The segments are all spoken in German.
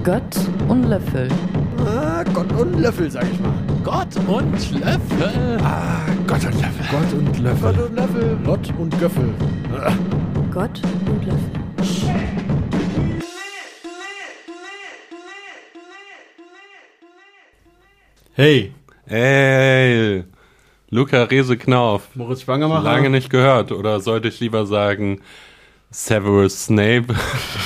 Gott und Löffel. Gott und Löffel, sag ich mal. Gott und Löffel. Gott und Löffel. Gott und Löffel. Gott und Löffel. Gott und Göffel. Gott und Löffel. Hey, Luca Rese-Knauf. Moritz Schwangermacher. Lange nicht gehört, oder sollte ich lieber sagen Severus Snape?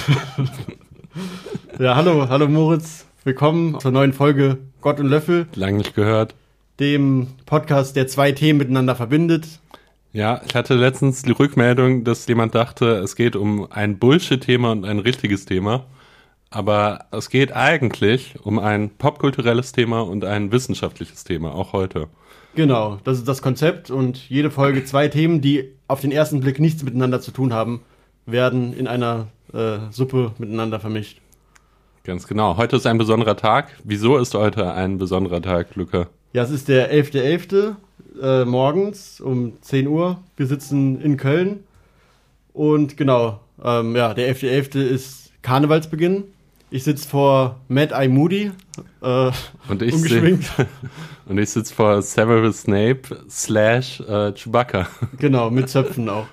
Ja, hallo Moritz. Willkommen zur neuen Folge Gott und Löffel, Lange nicht gehört. dem Podcast, der zwei Themen miteinander verbindet. Ja, ich hatte letztens die Rückmeldung, dass jemand dachte, es geht um ein Bullshit-Thema und ein richtiges Thema. Aber es geht eigentlich um ein popkulturelles Thema und ein wissenschaftliches Thema, auch heute. Genau, das ist das Konzept und jede Folge zwei Themen, die auf den ersten Blick nichts miteinander zu tun haben, werden in einer Suppe miteinander vermischt. Ganz genau. Heute ist ein besonderer Tag. Wieso ist heute ein besonderer Tag, Luca? Ja, es ist der 11.11. Morgens um 10 Uhr. Wir sitzen in Köln und genau, der 11.11. ist Karnevalsbeginn. Ich sitze vor Mad Eye Moody, Und ich ungeschminkt. sitze vor Severus Snape / Chewbacca. Genau, mit Zöpfen auch.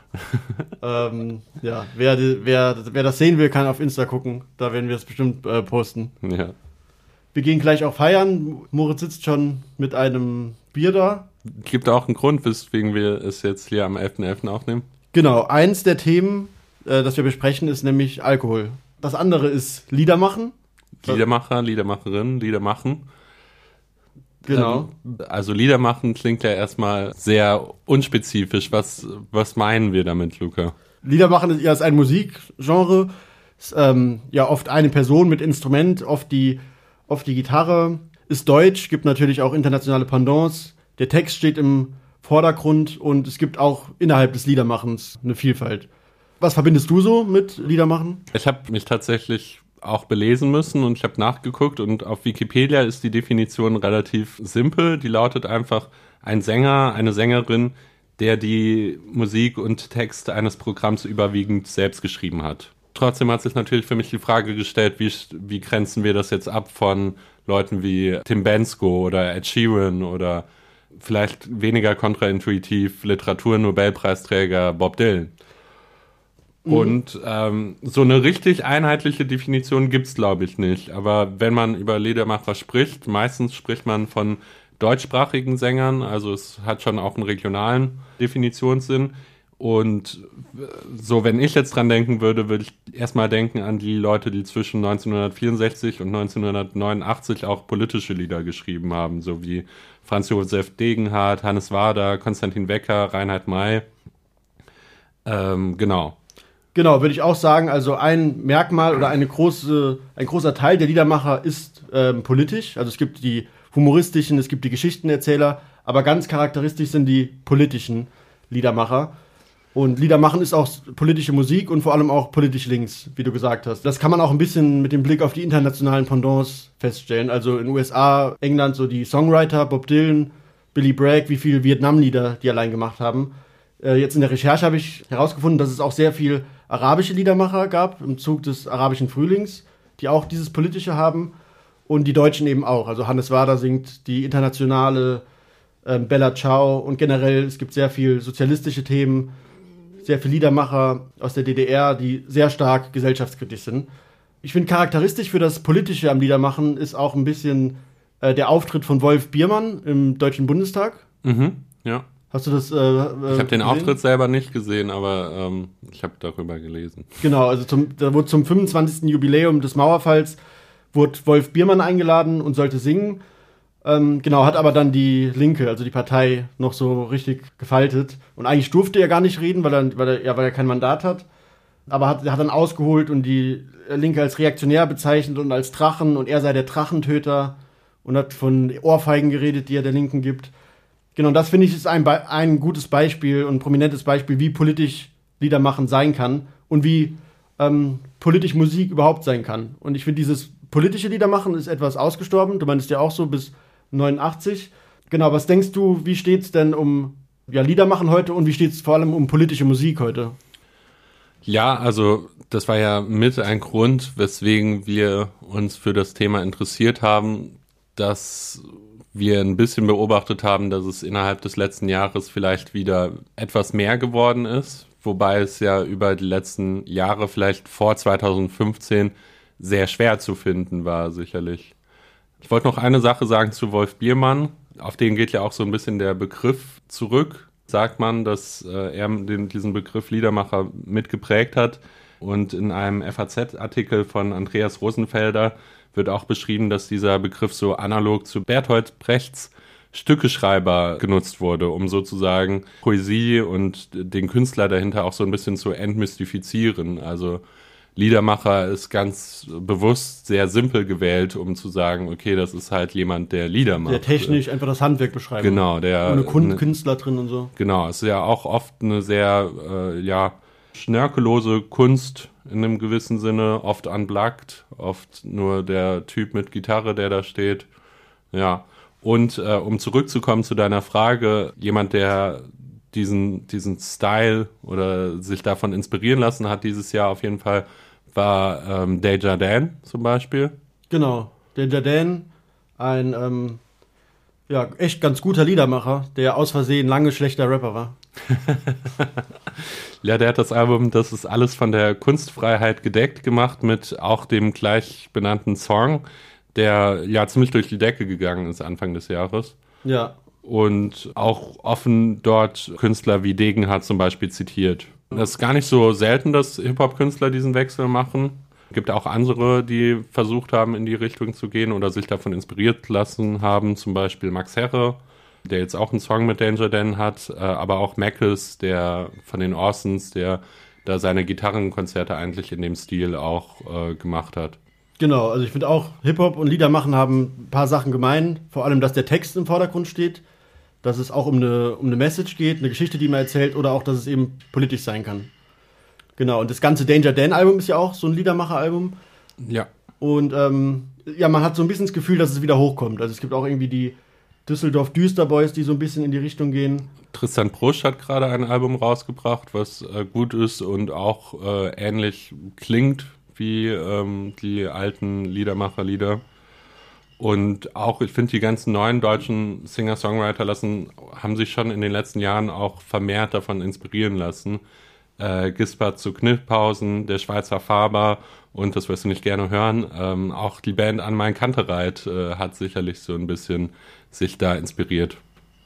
Wer das sehen will, kann auf Insta gucken. Da werden wir es bestimmt posten. Ja. Wir gehen gleich auch feiern. Moritz sitzt schon mit einem Bier da. Gibt auch einen Grund, weswegen wir es jetzt hier am 11.11. aufnehmen. Genau, eins der Themen, das wir besprechen, ist nämlich Alkohol. Das andere ist Lieder machen. Liedermacher, Liedermacherin, Liedermachen. Genau. Also Lieder machen klingt ja erstmal sehr unspezifisch. Was meinen wir damit, Luca? Lieder machen ist ein Musikgenre. Ist, oft eine Person mit Instrument, oft die Gitarre. Ist deutsch, gibt natürlich auch internationale Pendants. Der Text steht im Vordergrund und es gibt auch innerhalb des Liedermachens eine Vielfalt. Was verbindest du so mit Liedermachen? Ich habe mich tatsächlich auch belesen müssen und ich habe nachgeguckt und auf Wikipedia ist die Definition relativ simpel. Die lautet einfach ein Sänger, eine Sängerin, der die Musik und Text eines Programms überwiegend selbst geschrieben hat. Trotzdem hat sich natürlich für mich die Frage gestellt, wie grenzen wir das jetzt ab von Leuten wie Tim Bendzko oder Ed Sheeran oder vielleicht weniger kontraintuitiv Literaturnobelpreisträger Bob Dylan. Und so eine richtig einheitliche Definition gibt's, glaube ich, nicht. Aber wenn man über Liedermacher spricht, meistens spricht man von deutschsprachigen Sängern. Also es hat schon auch einen regionalen Definitionssinn. Und so, wenn ich jetzt dran denken würde, würde ich erstmal denken an die Leute, die zwischen 1964 und 1989 auch politische Lieder geschrieben haben. So wie Franz Josef Degenhardt, Hannes Wader, Konstantin Wecker, Reinhard May. Genau. Genau, würde ich auch sagen, also ein Merkmal oder ein großer Teil der Liedermacher ist politisch. Also es gibt die humoristischen, es gibt die Geschichtenerzähler, aber ganz charakteristisch sind die politischen Liedermacher. Und Liedermachen ist auch politische Musik und vor allem auch politisch links, wie du gesagt hast. Das kann man auch ein bisschen mit dem Blick auf die internationalen Pendants feststellen. Also in den USA, England, so die Songwriter, Bob Dylan, Billy Bragg, wie viele Vietnam-Lieder die allein gemacht haben. Jetzt in der Recherche habe ich herausgefunden, dass es auch sehr viel arabische Liedermacher gab im Zug des arabischen Frühlings, die auch dieses Politische haben und die Deutschen eben auch. Also Hannes Wader singt die internationale Bella Ciao und generell, es gibt sehr viel sozialistische Themen, sehr viele Liedermacher aus der DDR, die sehr stark gesellschaftskritisch sind. Ich finde, charakteristisch für das Politische am Liedermachen ist auch ein bisschen der Auftritt von Wolf Biermann im Deutschen Bundestag. Ja. Hast du das Ich habe den gesehen? Auftritt selber nicht gesehen, aber ich habe darüber gelesen. Genau, also da wurde zum 25. Jubiläum des Mauerfalls wurde Wolf Biermann eingeladen und sollte singen. Hat aber dann die Linke, also die Partei, noch so richtig gefaltet. Und eigentlich durfte er gar nicht reden, weil er kein Mandat hat. Aber er hat dann ausgeholt und die Linke als reaktionär bezeichnet und als Drachen und er sei der Drachentöter und hat von Ohrfeigen geredet, die er der Linken gibt. Genau, das finde ich ist ein gutes Beispiel und ein prominentes Beispiel, wie politisch Liedermachen sein kann und wie politisch Musik überhaupt sein kann. Und ich finde, dieses politische Liedermachen ist etwas ausgestorben. Du meinst ja auch so bis 89. Genau, was denkst du, wie steht's denn um Liedermachen heute und wie steht's vor allem um politische Musik heute? Ja, also das war ja mit ein Grund, weswegen wir uns für das Thema interessiert haben, dass wir ein bisschen beobachtet haben, dass es innerhalb des letzten Jahres vielleicht wieder etwas mehr geworden ist, wobei es ja über die letzten Jahre, vielleicht vor 2015, sehr schwer zu finden war, sicherlich. Ich wollte noch eine Sache sagen zu Wolf Biermann. Auf den geht ja auch so ein bisschen der Begriff zurück. Sagt man, dass er diesen Begriff Liedermacher mitgeprägt hat. Und in einem FAZ-Artikel von Andreas Rosenfelder wird auch beschrieben, dass dieser Begriff so analog zu Bertolt Brechts Stückeschreiber genutzt wurde, um sozusagen Poesie und den Künstler dahinter auch so ein bisschen zu entmystifizieren. Also Liedermacher ist ganz bewusst sehr simpel gewählt, um zu sagen, okay, das ist halt jemand, der Lieder macht. Der technisch einfach das Handwerk beschreibt. Genau, ohne Künstler drin und so. Genau, es ist ja auch oft eine sehr, schnörkellose Kunst in einem gewissen Sinne, oft unplugged, oft nur der Typ mit Gitarre, der da steht. Ja, und um zurückzukommen zu deiner Frage, jemand, der diesen Style oder sich davon inspirieren lassen hat dieses Jahr auf jeden Fall, war Desjardins zum Beispiel. Genau, Desjardins, ein echt ganz guter Liedermacher, der aus Versehen lange schlechter Rapper war. Ja, der hat das Album Das ist alles von der Kunstfreiheit gedeckt gemacht mit auch dem gleich benannten Song, der ja ziemlich durch die Decke gegangen ist Anfang des Jahres. Ja. Und auch offen dort Künstler wie Degenhardt zum Beispiel zitiert. Das ist gar nicht so selten, dass Hip-Hop-Künstler diesen Wechsel machen. Es gibt auch andere, die versucht haben, in die Richtung zu gehen oder sich davon inspiriert lassen haben. Zum Beispiel Max Herre, der jetzt auch einen Song mit Desjardins hat, aber auch Mackes, der von den Orsons, der da seine Gitarrenkonzerte eigentlich in dem Stil auch gemacht hat. Genau, also ich finde auch, Hip-Hop und Liedermachen haben ein paar Sachen gemein. Vor allem, dass der Text im Vordergrund steht, dass es auch um eine Message geht, eine Geschichte, die man erzählt, oder auch, dass es eben politisch sein kann. Genau, und das ganze Desjardins-Album ist ja auch so ein Liedermacher-Album. Ja. Und man hat so ein bisschen das Gefühl, dass es wieder hochkommt. Also es gibt auch irgendwie die Düsseldorf Düsterboys, die so ein bisschen in die Richtung gehen. Tristan Prusch hat gerade ein Album rausgebracht, was gut ist und auch ähnlich klingt wie die alten Liedermacher-Lieder. Und auch, ich finde, die ganzen neuen deutschen Singer-Songwriter haben sich schon in den letzten Jahren auch vermehrt davon inspirieren lassen. Gispert zu Kniphausen, der Schweizer Faber und, das wirst du nicht gerne hören, auch die Band An Mein Kantereit hat sicherlich so ein bisschen sich da inspiriert.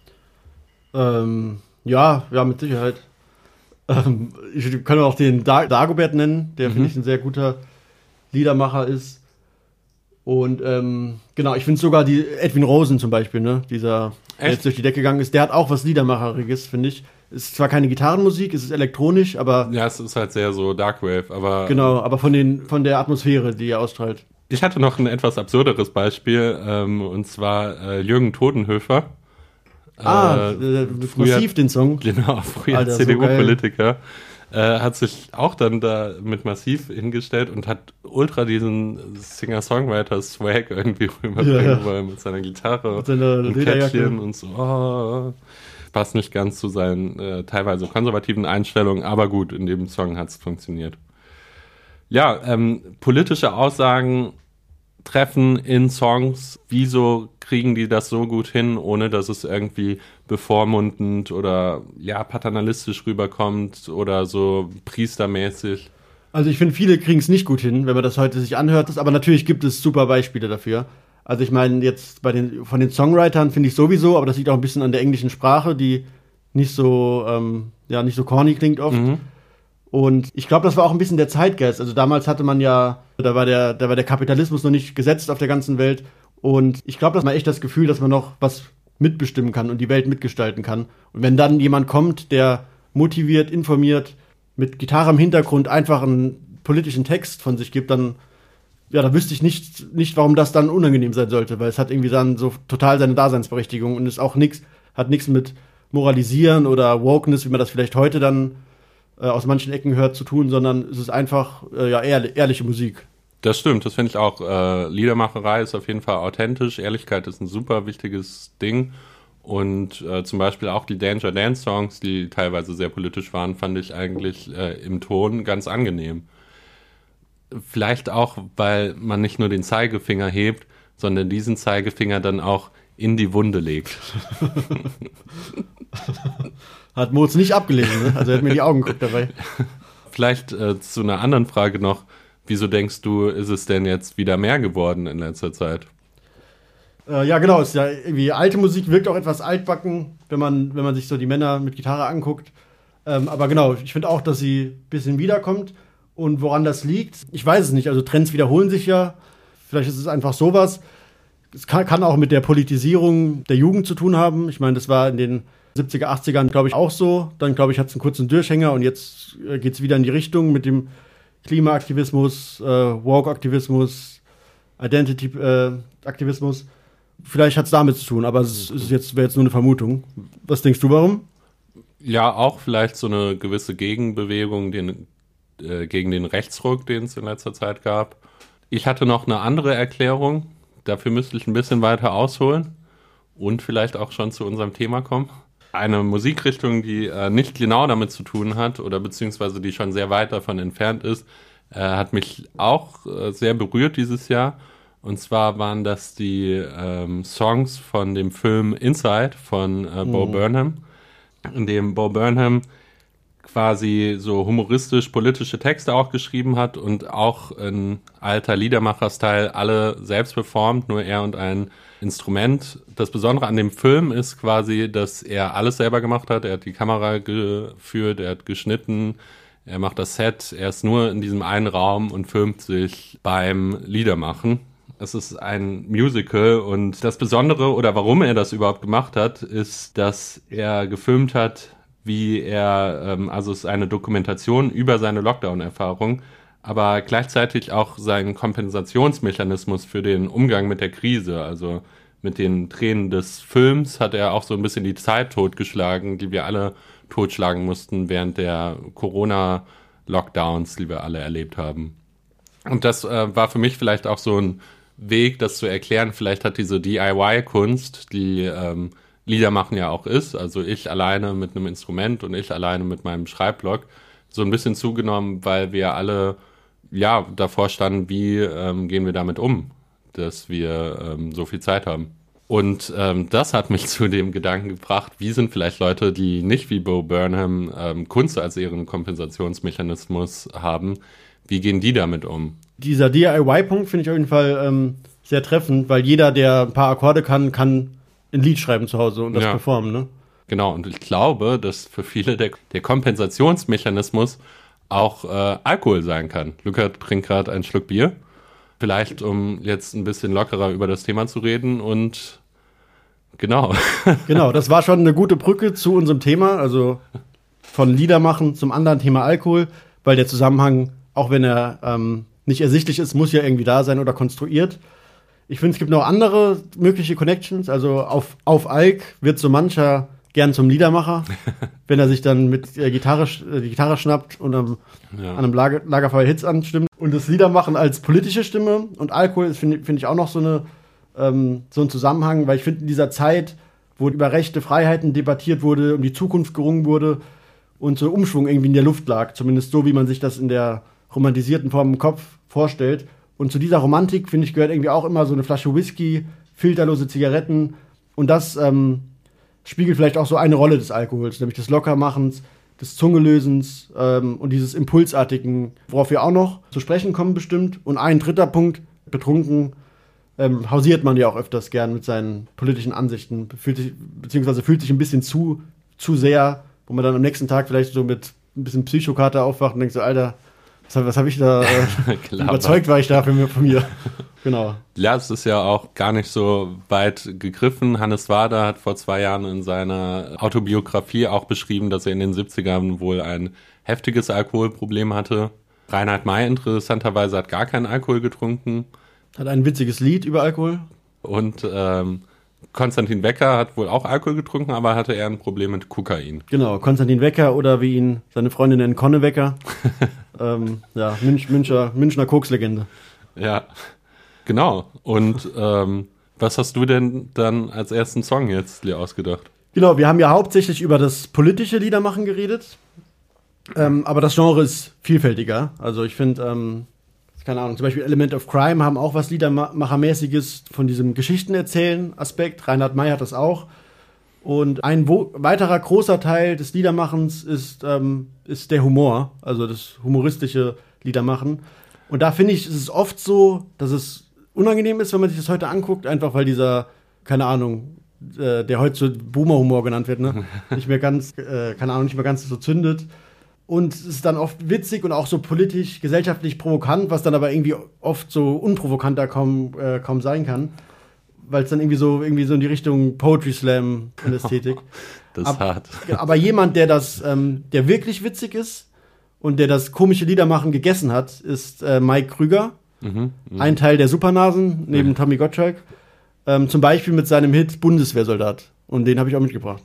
Ja, mit Sicherheit. Ich kann auch den Dagobert nennen, der finde ich ein sehr guter Liedermacher ist. Und genau, ich finde sogar die Edwin Rosen zum Beispiel, ne, der jetzt durch die Decke gegangen ist, der hat auch was Liedermacheriges, finde ich. Es ist zwar keine Gitarrenmusik, es ist elektronisch, aber... Ja, es ist halt sehr so Darkwave, aber... Genau, aber von der Atmosphäre, die er ausstrahlt. Ich hatte noch ein etwas absurderes Beispiel, und zwar Jürgen Todenhöfer. Massiv den Song. Genau, früher CDU-Politiker. Hat sich auch dann da mit Massiv hingestellt und hat ultra diesen Singer-Songwriter-Swag irgendwie rüberbringen wollen mit seiner Gitarre mit seiner und Kettchen und so. Oh, passt nicht ganz zu seinen teilweise konservativen Einstellungen, aber gut, in dem Song hat es funktioniert. Ja, politische Aussagen treffen in Songs, wieso kriegen die das so gut hin, ohne dass es irgendwie bevormundend oder ja paternalistisch rüberkommt oder so priestermäßig? Also ich finde, viele kriegen es nicht gut hin, wenn man das heute sich anhört, aber natürlich gibt es super Beispiele dafür. Also ich meine, jetzt von den Songwritern finde ich sowieso, aber das liegt auch ein bisschen an der englischen Sprache, die nicht so corny klingt oft. Mhm. Und ich glaube, das war auch ein bisschen der Zeitgeist. Also damals hatte man ja, da war der Kapitalismus noch nicht gesetzt auf der ganzen Welt. Und ich glaube, dass man echt das Gefühl, dass man noch was mitbestimmen kann und die Welt mitgestalten kann. Und wenn dann jemand kommt, der motiviert, informiert, mit Gitarre im Hintergrund einfach einen politischen Text von sich gibt, dann, ja, da wüsste ich nicht, warum das dann unangenehm sein sollte, weil es hat irgendwie dann so total seine Daseinsberechtigung und ist auch hat nichts mit Moralisieren oder Wokeness, wie man das vielleicht heute dann aus manchen Ecken hört, zu tun, sondern es ist einfach ehrliche Musik. Das stimmt, das finde ich auch. Liedermacherei ist auf jeden Fall authentisch. Ehrlichkeit ist ein super wichtiges Ding. Und zum Beispiel auch die Danger Dance Songs, die teilweise sehr politisch waren, fand ich eigentlich im Ton ganz angenehm. Vielleicht auch, weil man nicht nur den Zeigefinger hebt, sondern diesen Zeigefinger dann auch in die Wunde legt. Hat Moritz nicht abgelesen, ne? Also er hat mir die Augen geguckt dabei. Vielleicht zu einer anderen Frage noch. Wieso denkst du, ist es denn jetzt wieder mehr geworden in letzter Zeit? Ja, genau. Ist ja irgendwie alte Musik wirkt auch etwas altbacken, wenn man sich so die Männer mit Gitarre anguckt. Aber genau, ich finde auch, dass sie ein bisschen wiederkommt. Und woran das liegt, ich weiß es nicht. Also Trends wiederholen sich ja. Vielleicht ist es einfach sowas. Es kann auch mit der Politisierung der Jugend zu tun haben. Ich meine, das war in den 70er, 80ern, glaube ich, auch so. Dann, glaube ich, hat es einen kurzen Durchhänger und jetzt geht es wieder in die Richtung mit dem Klimaaktivismus, Woke-Aktivismus, Identity-Aktivismus. Vielleicht hat es damit zu tun, aber wäre jetzt nur eine Vermutung. Was denkst du, warum? Ja, auch vielleicht so eine gewisse Gegenbewegung gegen den Rechtsruck, den es in letzter Zeit gab. Ich hatte noch eine andere Erklärung. Dafür müsste ich ein bisschen weiter ausholen und vielleicht auch schon zu unserem Thema kommen. Eine Musikrichtung, die nicht genau damit zu tun hat oder beziehungsweise die schon sehr weit davon entfernt ist, hat mich auch sehr berührt dieses Jahr. Und zwar waren das die Songs von dem Film Inside von Bo Burnham, in dem Bo Burnham quasi so humoristisch politische Texte auch geschrieben hat und auch in alter Liedermacher-Style alle selbst performt, nur er und ein Instrument. Das Besondere an dem Film ist quasi, dass er alles selber gemacht hat. Er hat die Kamera geführt, er hat geschnitten, er macht das Set. Er ist nur in diesem einen Raum und filmt sich beim Liedermachen. Es ist ein Musical und das Besondere oder warum er das überhaupt gemacht hat, ist, dass er gefilmt hat, wie er, also es ist eine Dokumentation über seine Lockdown-Erfahrung, aber gleichzeitig auch seinen Kompensationsmechanismus für den Umgang mit der Krise. Also mit den Tränen des Films hat er auch so ein bisschen die Zeit totgeschlagen, die wir alle totschlagen mussten während der Corona-Lockdowns, die wir alle erlebt haben. Und das war für mich vielleicht auch so ein Weg, das zu erklären. Vielleicht hat diese DIY-Kunst, die Liedermachen ja auch ist, also ich alleine mit einem Instrument und ich alleine mit meinem Schreibblock, so ein bisschen zugenommen, weil wir alle ja davor standen, wie gehen wir damit um, dass wir so viel Zeit haben. Und das hat mich zu dem Gedanken gebracht, wie sind vielleicht Leute, die nicht wie Bo Burnham Kunst als ihren Kompensationsmechanismus haben, wie gehen die damit um? Dieser DIY-Punkt finde ich auf jeden Fall sehr treffend, weil jeder, der ein paar Akkorde kann ein Lied schreiben zu Hause und das performen, ne? Genau, und ich glaube, dass für viele der Kompensationsmechanismus auch Alkohol sein kann. Luca trinkt gerade einen Schluck Bier. Vielleicht, um jetzt ein bisschen lockerer über das Thema zu reden und genau. Genau, das war schon eine gute Brücke zu unserem Thema, also von Liedermachen zum anderen Thema Alkohol, weil der Zusammenhang, auch wenn er nicht ersichtlich ist, muss ja irgendwie da sein oder konstruiert. Ich finde, es gibt noch andere mögliche Connections. Also auf Alk wird so mancher gern zum Liedermacher, wenn er sich dann mit die Gitarre schnappt und an einem Lagerfeuer Hits anstimmt. Und das Liedermachen als politische Stimme und Alkohol finde ich auch noch so ein Zusammenhang, weil ich finde, in dieser Zeit, wo über Rechte, Freiheiten debattiert wurde, um die Zukunft gerungen wurde und so Umschwung irgendwie in der Luft lag, zumindest so, wie man sich das in der romantisierten Form im Kopf vorstellt. Und zu dieser Romantik, finde ich, gehört irgendwie auch immer so eine Flasche Whisky, filterlose Zigaretten. Und das spiegelt vielleicht auch so eine Rolle des Alkohols, nämlich des Lockermachens, des Zungelösens und dieses Impulsartigen, worauf wir auch noch zu sprechen kommen bestimmt. Und ein dritter Punkt, betrunken, hausiert man ja auch öfters gern mit seinen politischen Ansichten, fühlt sich ein bisschen zu sehr, wo man dann am nächsten Tag vielleicht so mit ein bisschen Psychokater aufwacht und denkt so, Alter, was habe ich da überzeugt war ich da von mir. Genau. Ja, es ist ja auch gar nicht so weit gegriffen. Hannes Wader hat vor 2 Jahren in seiner Autobiografie auch beschrieben, dass er in den 70ern wohl ein heftiges Alkoholproblem hatte. Reinhard May interessanterweise hat gar keinen Alkohol getrunken. Hat ein witziges Lied über Alkohol. Und Konstantin Wecker hat wohl auch Alkohol getrunken, aber hatte eher ein Problem mit Kokain. Genau, Konstantin Wecker oder wie ihn seine Freundin nennt, Conne Wecker. Münchner Kokslegende. Ja, genau. Und Was hast du denn dann als ersten Song jetzt dir ausgedacht? Genau, wir haben ja hauptsächlich über das politische Liedermachen geredet. Aber das Genre ist vielfältiger. Also ich finde, keine Ahnung, zum Beispiel Element of Crime haben auch was Liedermachermäßiges von diesem Geschichtenerzählen-Aspekt. Reinhard May hat das auch. Und ein weiterer großer Teil des Liedermachens ist der Humor, also das humoristische Liedermachen. Und da finde ich, ist es oft so, dass es unangenehm ist, wenn man sich das heute anguckt, einfach weil dieser, keine Ahnung, der heute so Boomer-Humor genannt wird, ne? nicht mehr ganz so zündet. Und es ist dann oft witzig und auch so politisch, gesellschaftlich provokant, was dann aber irgendwie oft so unprovokanter kaum sein kann. Weil es dann irgendwie so in die Richtung Poetry Slam und Ästhetik. Das ist hart. Aber jemand, der wirklich witzig ist und der das komische Liedermachen gegessen hat, ist Mike Krüger. Ein Teil der Supernasen, neben Tommy Gottschalk. Zum Beispiel mit seinem Hit Bundeswehrsoldat. Und den habe ich auch mitgebracht.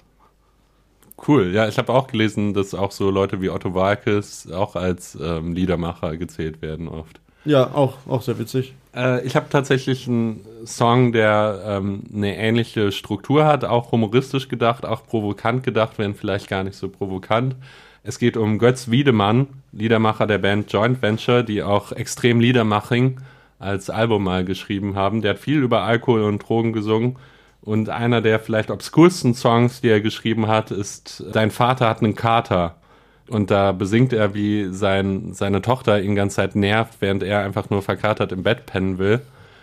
Cool, ja, ich habe auch gelesen, dass auch so Leute wie Otto Waalkes auch als Liedermacher gezählt werden oft. Ja, auch sehr witzig. Ich habe tatsächlich einen Song, der eine ähnliche Struktur hat, auch humoristisch gedacht, auch provokant gedacht, wenn vielleicht gar nicht so provokant. Es geht um Götz Wiedemann, Liedermacher der Band Joint Venture, die auch Extrem Liedermaching als Album mal geschrieben haben. Der hat viel über Alkohol und Drogen gesungen. Und einer der vielleicht obskursten Songs, die er geschrieben hat, ist Dein Vater hat einen Kater. Und da besingt er, wie seine Tochter ihn die ganze Zeit nervt, während er einfach nur verkatert im Bett pennen will.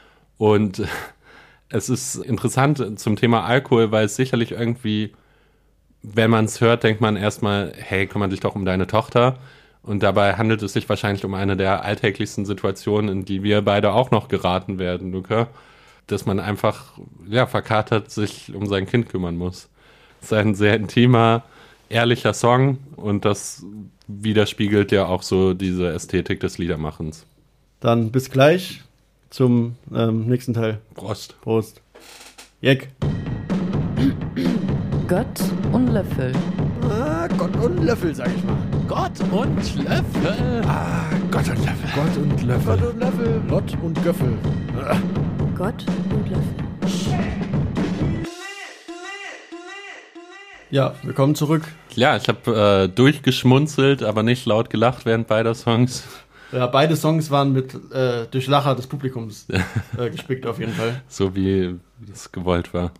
Und es ist interessant zum Thema Alkohol, weil es sicherlich irgendwie, wenn man es hört, denkt man erstmal, hey, kümmere dich doch um deine Tochter. Und dabei handelt es sich wahrscheinlich um eine der alltäglichsten Situationen, in die wir beide auch noch geraten werden, Luca. Dass man einfach, verkatert sich um sein Kind kümmern muss. Es ist ein sehr intimer, ehrlicher Song und das widerspiegelt ja auch so diese Ästhetik des Liedermachens. Dann bis gleich zum nächsten Teil. Prost. Prost. Jeck. Gott und Löffel. Gott und Löffel, sag ich mal. Gott und Löffel. Gott und Löffel. Gott und Löffel. Gott und Löffel. Gott und Göffel. Gott und Löffel. Ja, willkommen zurück. Ja, ich habe durchgeschmunzelt, aber nicht laut gelacht während beider Songs. Ja, beide Songs waren mit durch Lacher des Publikums gespickt auf jeden Fall. So wie das gewollt war.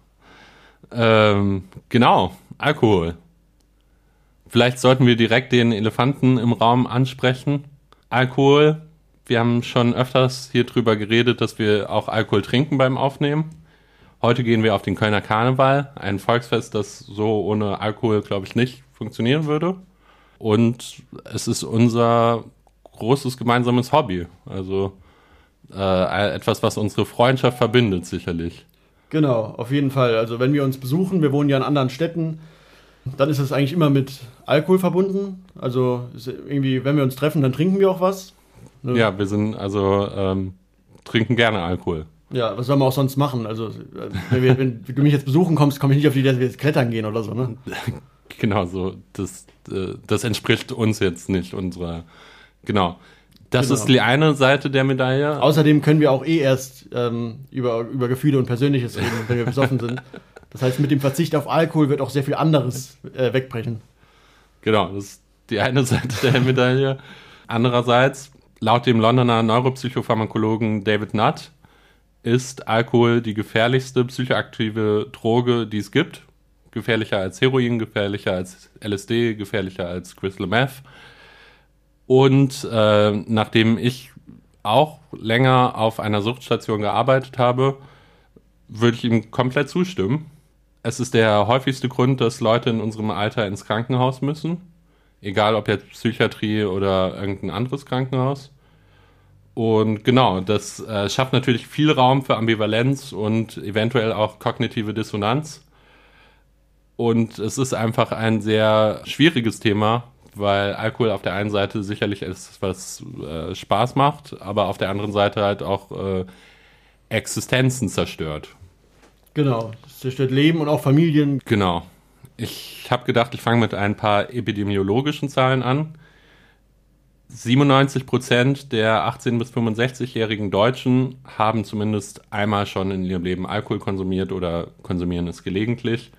Genau, Alkohol. Vielleicht sollten wir direkt den Elefanten im Raum ansprechen. Alkohol, wir haben schon öfters hier drüber geredet, dass wir auch Alkohol trinken beim Aufnehmen. Heute gehen wir auf den Kölner Karneval, ein Volksfest, das so ohne Alkohol, glaube ich, nicht funktionieren würde. Und es ist unser großes gemeinsames Hobby. Also etwas, was unsere Freundschaft verbindet, sicherlich. Genau, auf jeden Fall. Also wenn wir uns besuchen, wir wohnen ja in anderen Städten, dann ist es eigentlich immer mit Alkohol verbunden. Also irgendwie, wenn wir uns treffen, dann trinken wir auch was. Ne? Ja, wir sind trinken gerne Alkohol. Ja, was sollen wir auch sonst machen? Also wenn du mich jetzt besuchen kommst, komme ich nicht auf die Idee, dass wir jetzt klettern gehen oder so, ne? Genau, so das entspricht uns jetzt nicht unserer. Genau. Das ist die eine Seite der Medaille. Außerdem können wir auch erst über Gefühle und Persönliches reden, wenn wir besoffen sind. Das heißt, mit dem Verzicht auf Alkohol wird auch sehr viel anderes wegbrechen. Genau, das ist die eine Seite der Medaille. Andererseits, laut dem Londoner Neuropsychopharmakologen David Nutt, ist Alkohol die gefährlichste psychoaktive Droge, die es gibt. Gefährlicher als Heroin, gefährlicher als LSD, gefährlicher als Crystal Meth. Und nachdem ich auch länger auf einer Suchtstation gearbeitet habe, würde ich ihm komplett zustimmen. Es ist der häufigste Grund, dass Leute in unserem Alter ins Krankenhaus müssen. Egal ob jetzt Psychiatrie oder irgendein anderes Krankenhaus. Und genau, das schafft natürlich viel Raum für Ambivalenz und eventuell auch kognitive Dissonanz. Und es ist einfach ein sehr schwieriges Thema, weil Alkohol auf der einen Seite sicherlich ist, was Spaß macht, aber auf der anderen Seite halt auch Existenzen zerstört. Genau, es zerstört Leben und auch Familien. Genau. Ich habe gedacht, ich fange mit ein paar epidemiologischen Zahlen an. 97% der 18- bis 65-jährigen Deutschen haben zumindest einmal schon in ihrem Leben Alkohol konsumiert oder konsumieren es gelegentlich.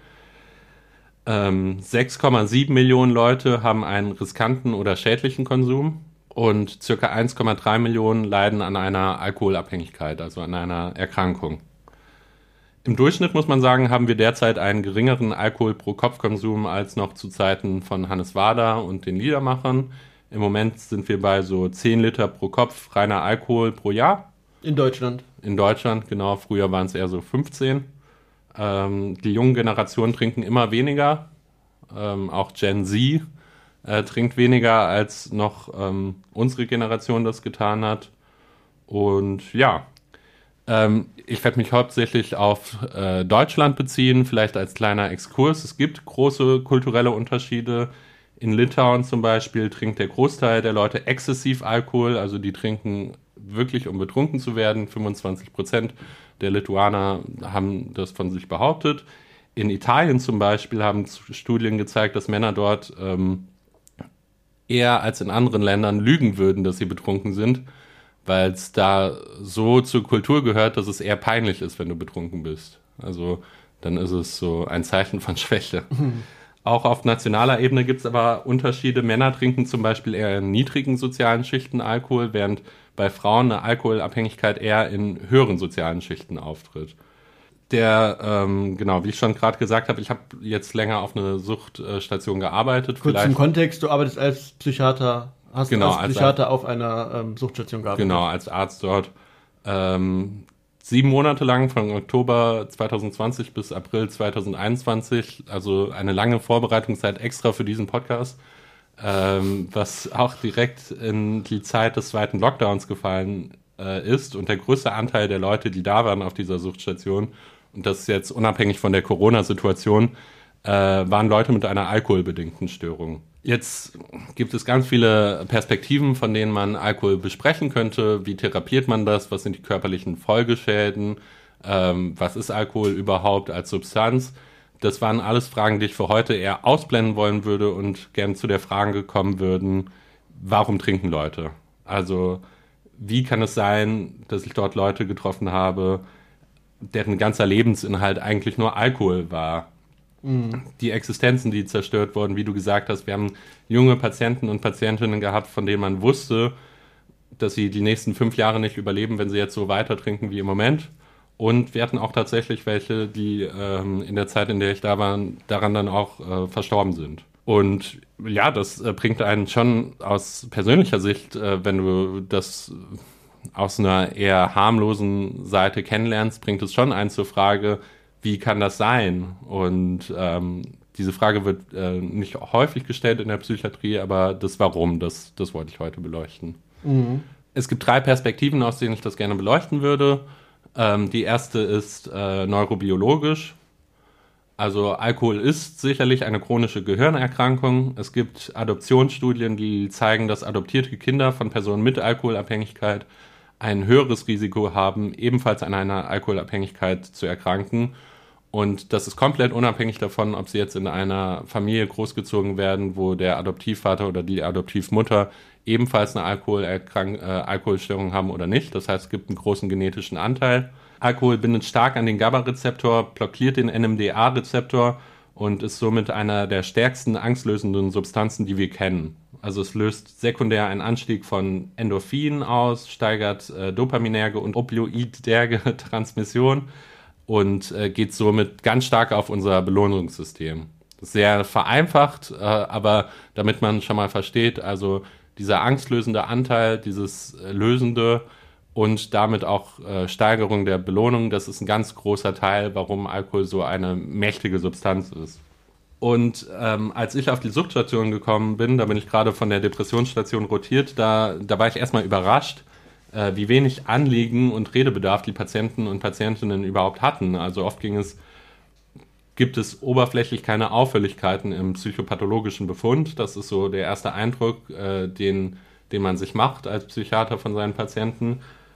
6,7 Millionen Leute haben einen riskanten oder schädlichen Konsum und ca. 1,3 Millionen leiden an einer Alkoholabhängigkeit, also an einer Erkrankung. Im Durchschnitt, muss man sagen, haben wir derzeit einen geringeren Alkohol-pro-Kopf-Konsum als noch zu Zeiten von Hannes Wader und den Liedermachern. Im Moment sind wir bei so 10 Liter pro Kopf reiner Alkohol pro Jahr. In Deutschland? In Deutschland, genau. Früher waren es eher so 15. Die jungen Generationen trinken immer weniger. Auch Gen Z trinkt weniger, als noch unsere Generation das getan hat. Und ja, ich werde mich hauptsächlich auf Deutschland beziehen, vielleicht als kleiner Exkurs. Es gibt große kulturelle Unterschiede. In Litauen zum Beispiel trinkt der Großteil der Leute exzessiv Alkohol, also die trinken wirklich, um betrunken zu werden. 25% der Lituaner haben das von sich behauptet. In Italien zum Beispiel haben Studien gezeigt, dass Männer dort eher als in anderen Ländern lügen würden, dass sie betrunken sind, weil es da so zur Kultur gehört, dass es eher peinlich ist, wenn du betrunken bist. Also dann ist es so ein Zeichen von Schwäche. Auch auf nationaler Ebene gibt es aber Unterschiede. Männer trinken zum Beispiel eher in niedrigen sozialen Schichten Alkohol, während bei Frauen eine Alkoholabhängigkeit eher in höheren sozialen Schichten auftritt. Genau, wie ich schon gerade gesagt habe, ich habe jetzt länger auf einer Suchtstation gearbeitet. Kurz zum Kontext, du arbeitest als Psychiater, hast genau, als Psychiater auf einer Suchtstation gearbeitet. Genau, als Arzt dort. 7 Monate lang, von Oktober 2020 bis April 2021, also eine lange Vorbereitungszeit extra für diesen Podcast, was auch direkt in die Zeit des zweiten Lockdowns gefallen ist. Und der größte Anteil der Leute, die da waren auf dieser Suchtstation, und das ist jetzt unabhängig von der Corona-Situation, waren Leute mit einer alkoholbedingten Störung. Jetzt gibt es ganz viele Perspektiven, von denen man Alkohol besprechen könnte. Wie therapiert man das? Was sind die körperlichen Folgeschäden? Was ist Alkohol überhaupt als Substanz? Das waren alles Fragen, die ich für heute eher ausblenden wollen würde und gern zu der Frage gekommen würden, warum trinken Leute? Also wie kann es sein, dass ich dort Leute getroffen habe, deren ganzer Lebensinhalt eigentlich nur Alkohol war? Die Existenzen, die zerstört wurden, wie du gesagt hast, wir haben junge Patienten und Patientinnen gehabt, von denen man wusste, dass sie die nächsten 5 Jahre nicht überleben, wenn sie jetzt so weiter trinken wie im Moment. Und wir hatten auch tatsächlich welche, die in der Zeit, in der ich da war, daran dann auch verstorben sind. Und ja, das bringt einen schon aus persönlicher Sicht, wenn du das aus einer eher harmlosen Seite kennenlernst, bringt es schon einen zur Frage, wie kann das sein? Und diese Frage wird nicht häufig gestellt in der Psychiatrie, aber das Warum, das wollte ich heute beleuchten. Mhm. Es gibt 3 Perspektiven, aus denen ich das gerne beleuchten würde. Die erste ist neurobiologisch. Also Alkohol ist sicherlich eine chronische Gehirnerkrankung. Es gibt Adoptionsstudien, die zeigen, dass adoptierte Kinder von Personen mit Alkoholabhängigkeit ein höheres Risiko haben, ebenfalls an einer Alkoholabhängigkeit zu erkranken. Und das ist komplett unabhängig davon, ob sie jetzt in einer Familie großgezogen werden, wo der Adoptivvater oder die Adoptivmutter ebenfalls eine Alkoholstörung haben oder nicht. Das heißt, es gibt einen großen genetischen Anteil. Alkohol bindet stark an den GABA-Rezeptor, blockiert den NMDA-Rezeptor und ist somit einer der stärksten angstlösenden Substanzen, die wir kennen. Also es löst sekundär einen Anstieg von Endorphinen aus, steigert dopaminerge und opioiderge Transmission und geht somit ganz stark auf unser Belohnungssystem. Sehr vereinfacht, aber damit man schon mal versteht, also dieser angstlösende Anteil, dieses lösende und damit auch Steigerung der Belohnung, das ist ein ganz großer Teil, warum Alkohol so eine mächtige Substanz ist. Und als ich auf die Suchtstation gekommen bin, da bin ich gerade von der Depressionsstation rotiert, da war ich erstmal überrascht, wie wenig Anliegen und Redebedarf die Patienten und Patientinnen überhaupt hatten. Also oft gibt es oberflächlich keine Auffälligkeiten im psychopathologischen Befund. Das ist so der erste Eindruck, den man sich macht als Psychiater von seinen Patienten.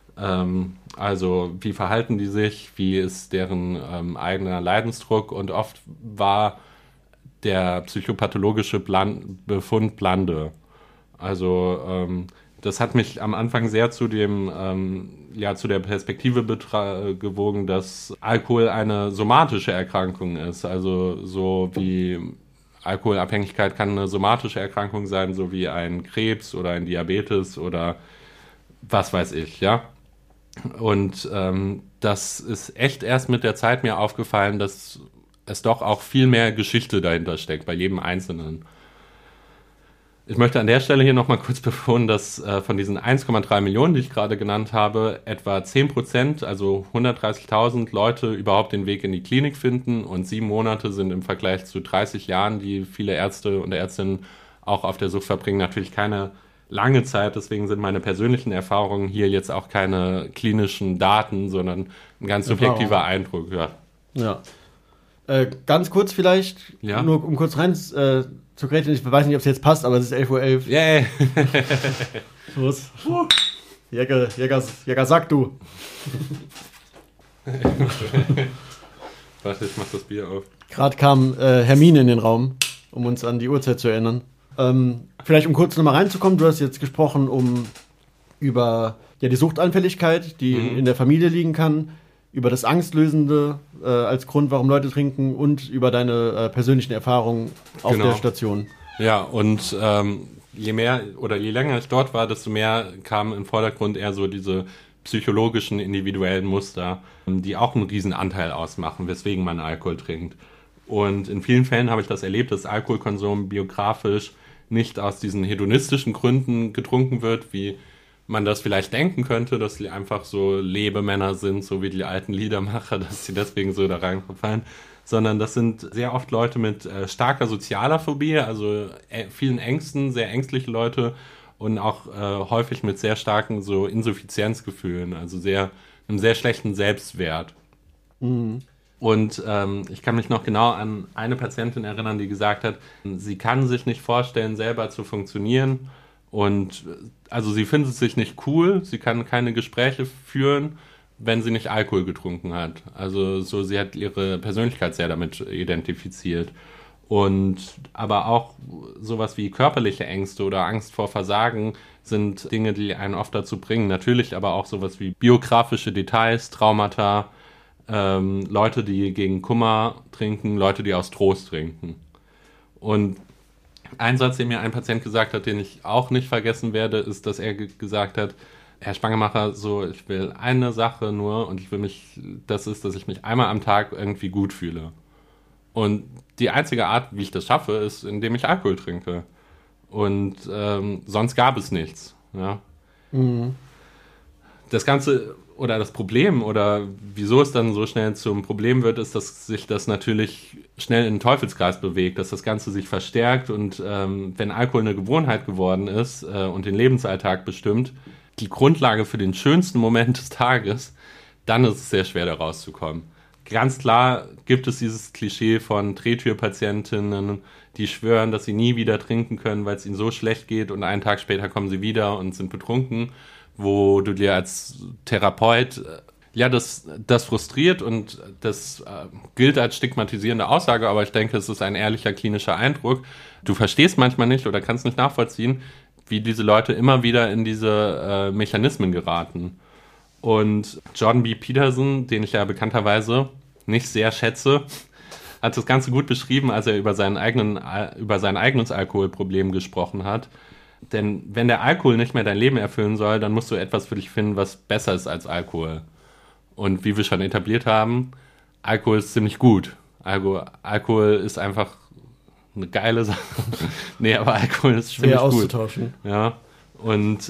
Also wie verhalten die sich, wie ist deren eigener Leidensdruck, und oft war der psychopathologische Befund blande. Also das hat mich am Anfang sehr zu dem, zu der Perspektive gewogen, dass Alkohol eine somatische Erkrankung ist. Also so wie Alkoholabhängigkeit kann eine somatische Erkrankung sein, so wie ein Krebs oder ein Diabetes oder was weiß ich, ja. Und das ist echt erst mit der Zeit mir aufgefallen, dass es doch auch viel mehr Geschichte dahinter steckt, bei jedem Einzelnen. Ich möchte an der Stelle hier nochmal kurz betonen, dass von diesen 1,3 Millionen, die ich gerade genannt habe, etwa 10%, also 130.000 Leute überhaupt den Weg in die Klinik finden und 7 Monate sind im Vergleich zu 30 Jahren, die viele Ärzte und Ärztinnen auch auf der Sucht verbringen, natürlich keine lange Zeit. Deswegen sind meine persönlichen Erfahrungen hier jetzt auch keine klinischen Daten, sondern ein ganz subjektiver Eindruck. Ja. Ganz kurz vielleicht, nur um kurz rein zu grätschen, ich weiß nicht, ob es jetzt passt, aber es ist 11:11 Uhr. Yeah. Los. Jäger, sag du. Warte, ich mach das Bier auf. Gerade kam Hermine in den Raum, um uns an die Uhrzeit zu erinnern. Vielleicht um kurz nochmal reinzukommen, du hast jetzt gesprochen über die Suchtanfälligkeit, die in der Familie liegen kann, über das Angstlösende als Grund, warum Leute trinken und über deine persönlichen Erfahrungen auf der Station. Ja, und je mehr oder je länger ich dort war, desto mehr kamen im Vordergrund eher so diese psychologischen, individuellen Muster, die auch einen riesen Anteil ausmachen, weswegen man Alkohol trinkt. Und in vielen Fällen habe ich das erlebt, dass Alkoholkonsum biografisch nicht aus diesen hedonistischen Gründen getrunken wird, wie man das vielleicht denken könnte, dass sie einfach so Lebemänner sind, so wie die alten Liedermacher, dass sie deswegen so da reinfallen, sondern das sind sehr oft Leute mit starker sozialer Phobie, also vielen Ängsten, sehr ängstliche Leute und auch häufig mit sehr starken so Insuffizienzgefühlen, also einem sehr schlechten Selbstwert. Mhm. Und ich kann mich noch genau an eine Patientin erinnern, die gesagt hat, sie kann sich nicht vorstellen, selber zu funktionieren. Und also sie findet es sich nicht cool, sie kann keine Gespräche führen, wenn sie nicht Alkohol getrunken hat. Also so, sie hat ihre Persönlichkeit sehr damit identifiziert. Und aber auch sowas wie körperliche Ängste oder Angst vor Versagen sind Dinge, die einen oft dazu bringen. Natürlich aber auch sowas wie biografische Details, Traumata, Leute, die gegen Kummer trinken, Leute, die aus Trost trinken. Und ein Satz, den mir ein Patient gesagt hat, den ich auch nicht vergessen werde, ist, dass er gesagt hat, Herr Spangemacher, so, ich will eine Sache nur und das ist, dass ich mich einmal am Tag irgendwie gut fühle. Und die einzige Art, wie ich das schaffe, ist, indem ich Alkohol trinke. Und sonst gab es nichts. Ja? Mhm. Das Ganze oder das Problem oder wieso es dann so schnell zum Problem wird, ist, dass sich das natürlich schnell in den Teufelskreis bewegt, dass das Ganze sich verstärkt und wenn Alkohol eine Gewohnheit geworden ist und den Lebensalltag bestimmt, die Grundlage für den schönsten Moment des Tages, dann ist es sehr schwer, da rauszukommen. Ganz klar gibt es dieses Klischee von Drehtürpatientinnen, die schwören, dass sie nie wieder trinken können, weil es ihnen so schlecht geht und einen Tag später kommen sie wieder und sind betrunken, wo du dir als Therapeut, das frustriert und das gilt als stigmatisierende Aussage, aber ich denke, es ist ein ehrlicher klinischer Eindruck. Du verstehst manchmal nicht oder kannst nicht nachvollziehen, wie diese Leute immer wieder in diese Mechanismen geraten. Und Jordan B. Peterson, den ich ja bekannterweise nicht sehr schätze, hat das Ganze gut beschrieben, als er über sein eigenes Alkoholproblem gesprochen hat. Denn wenn der Alkohol nicht mehr dein Leben erfüllen soll, dann musst du etwas für dich finden, was besser ist als Alkohol. Und wie wir schon etabliert haben, Alkohol ist ziemlich gut. Alkohol ist einfach eine geile Sache. Nee, aber Alkohol ist ziemlich gut. Auszutauschen. Ja. Und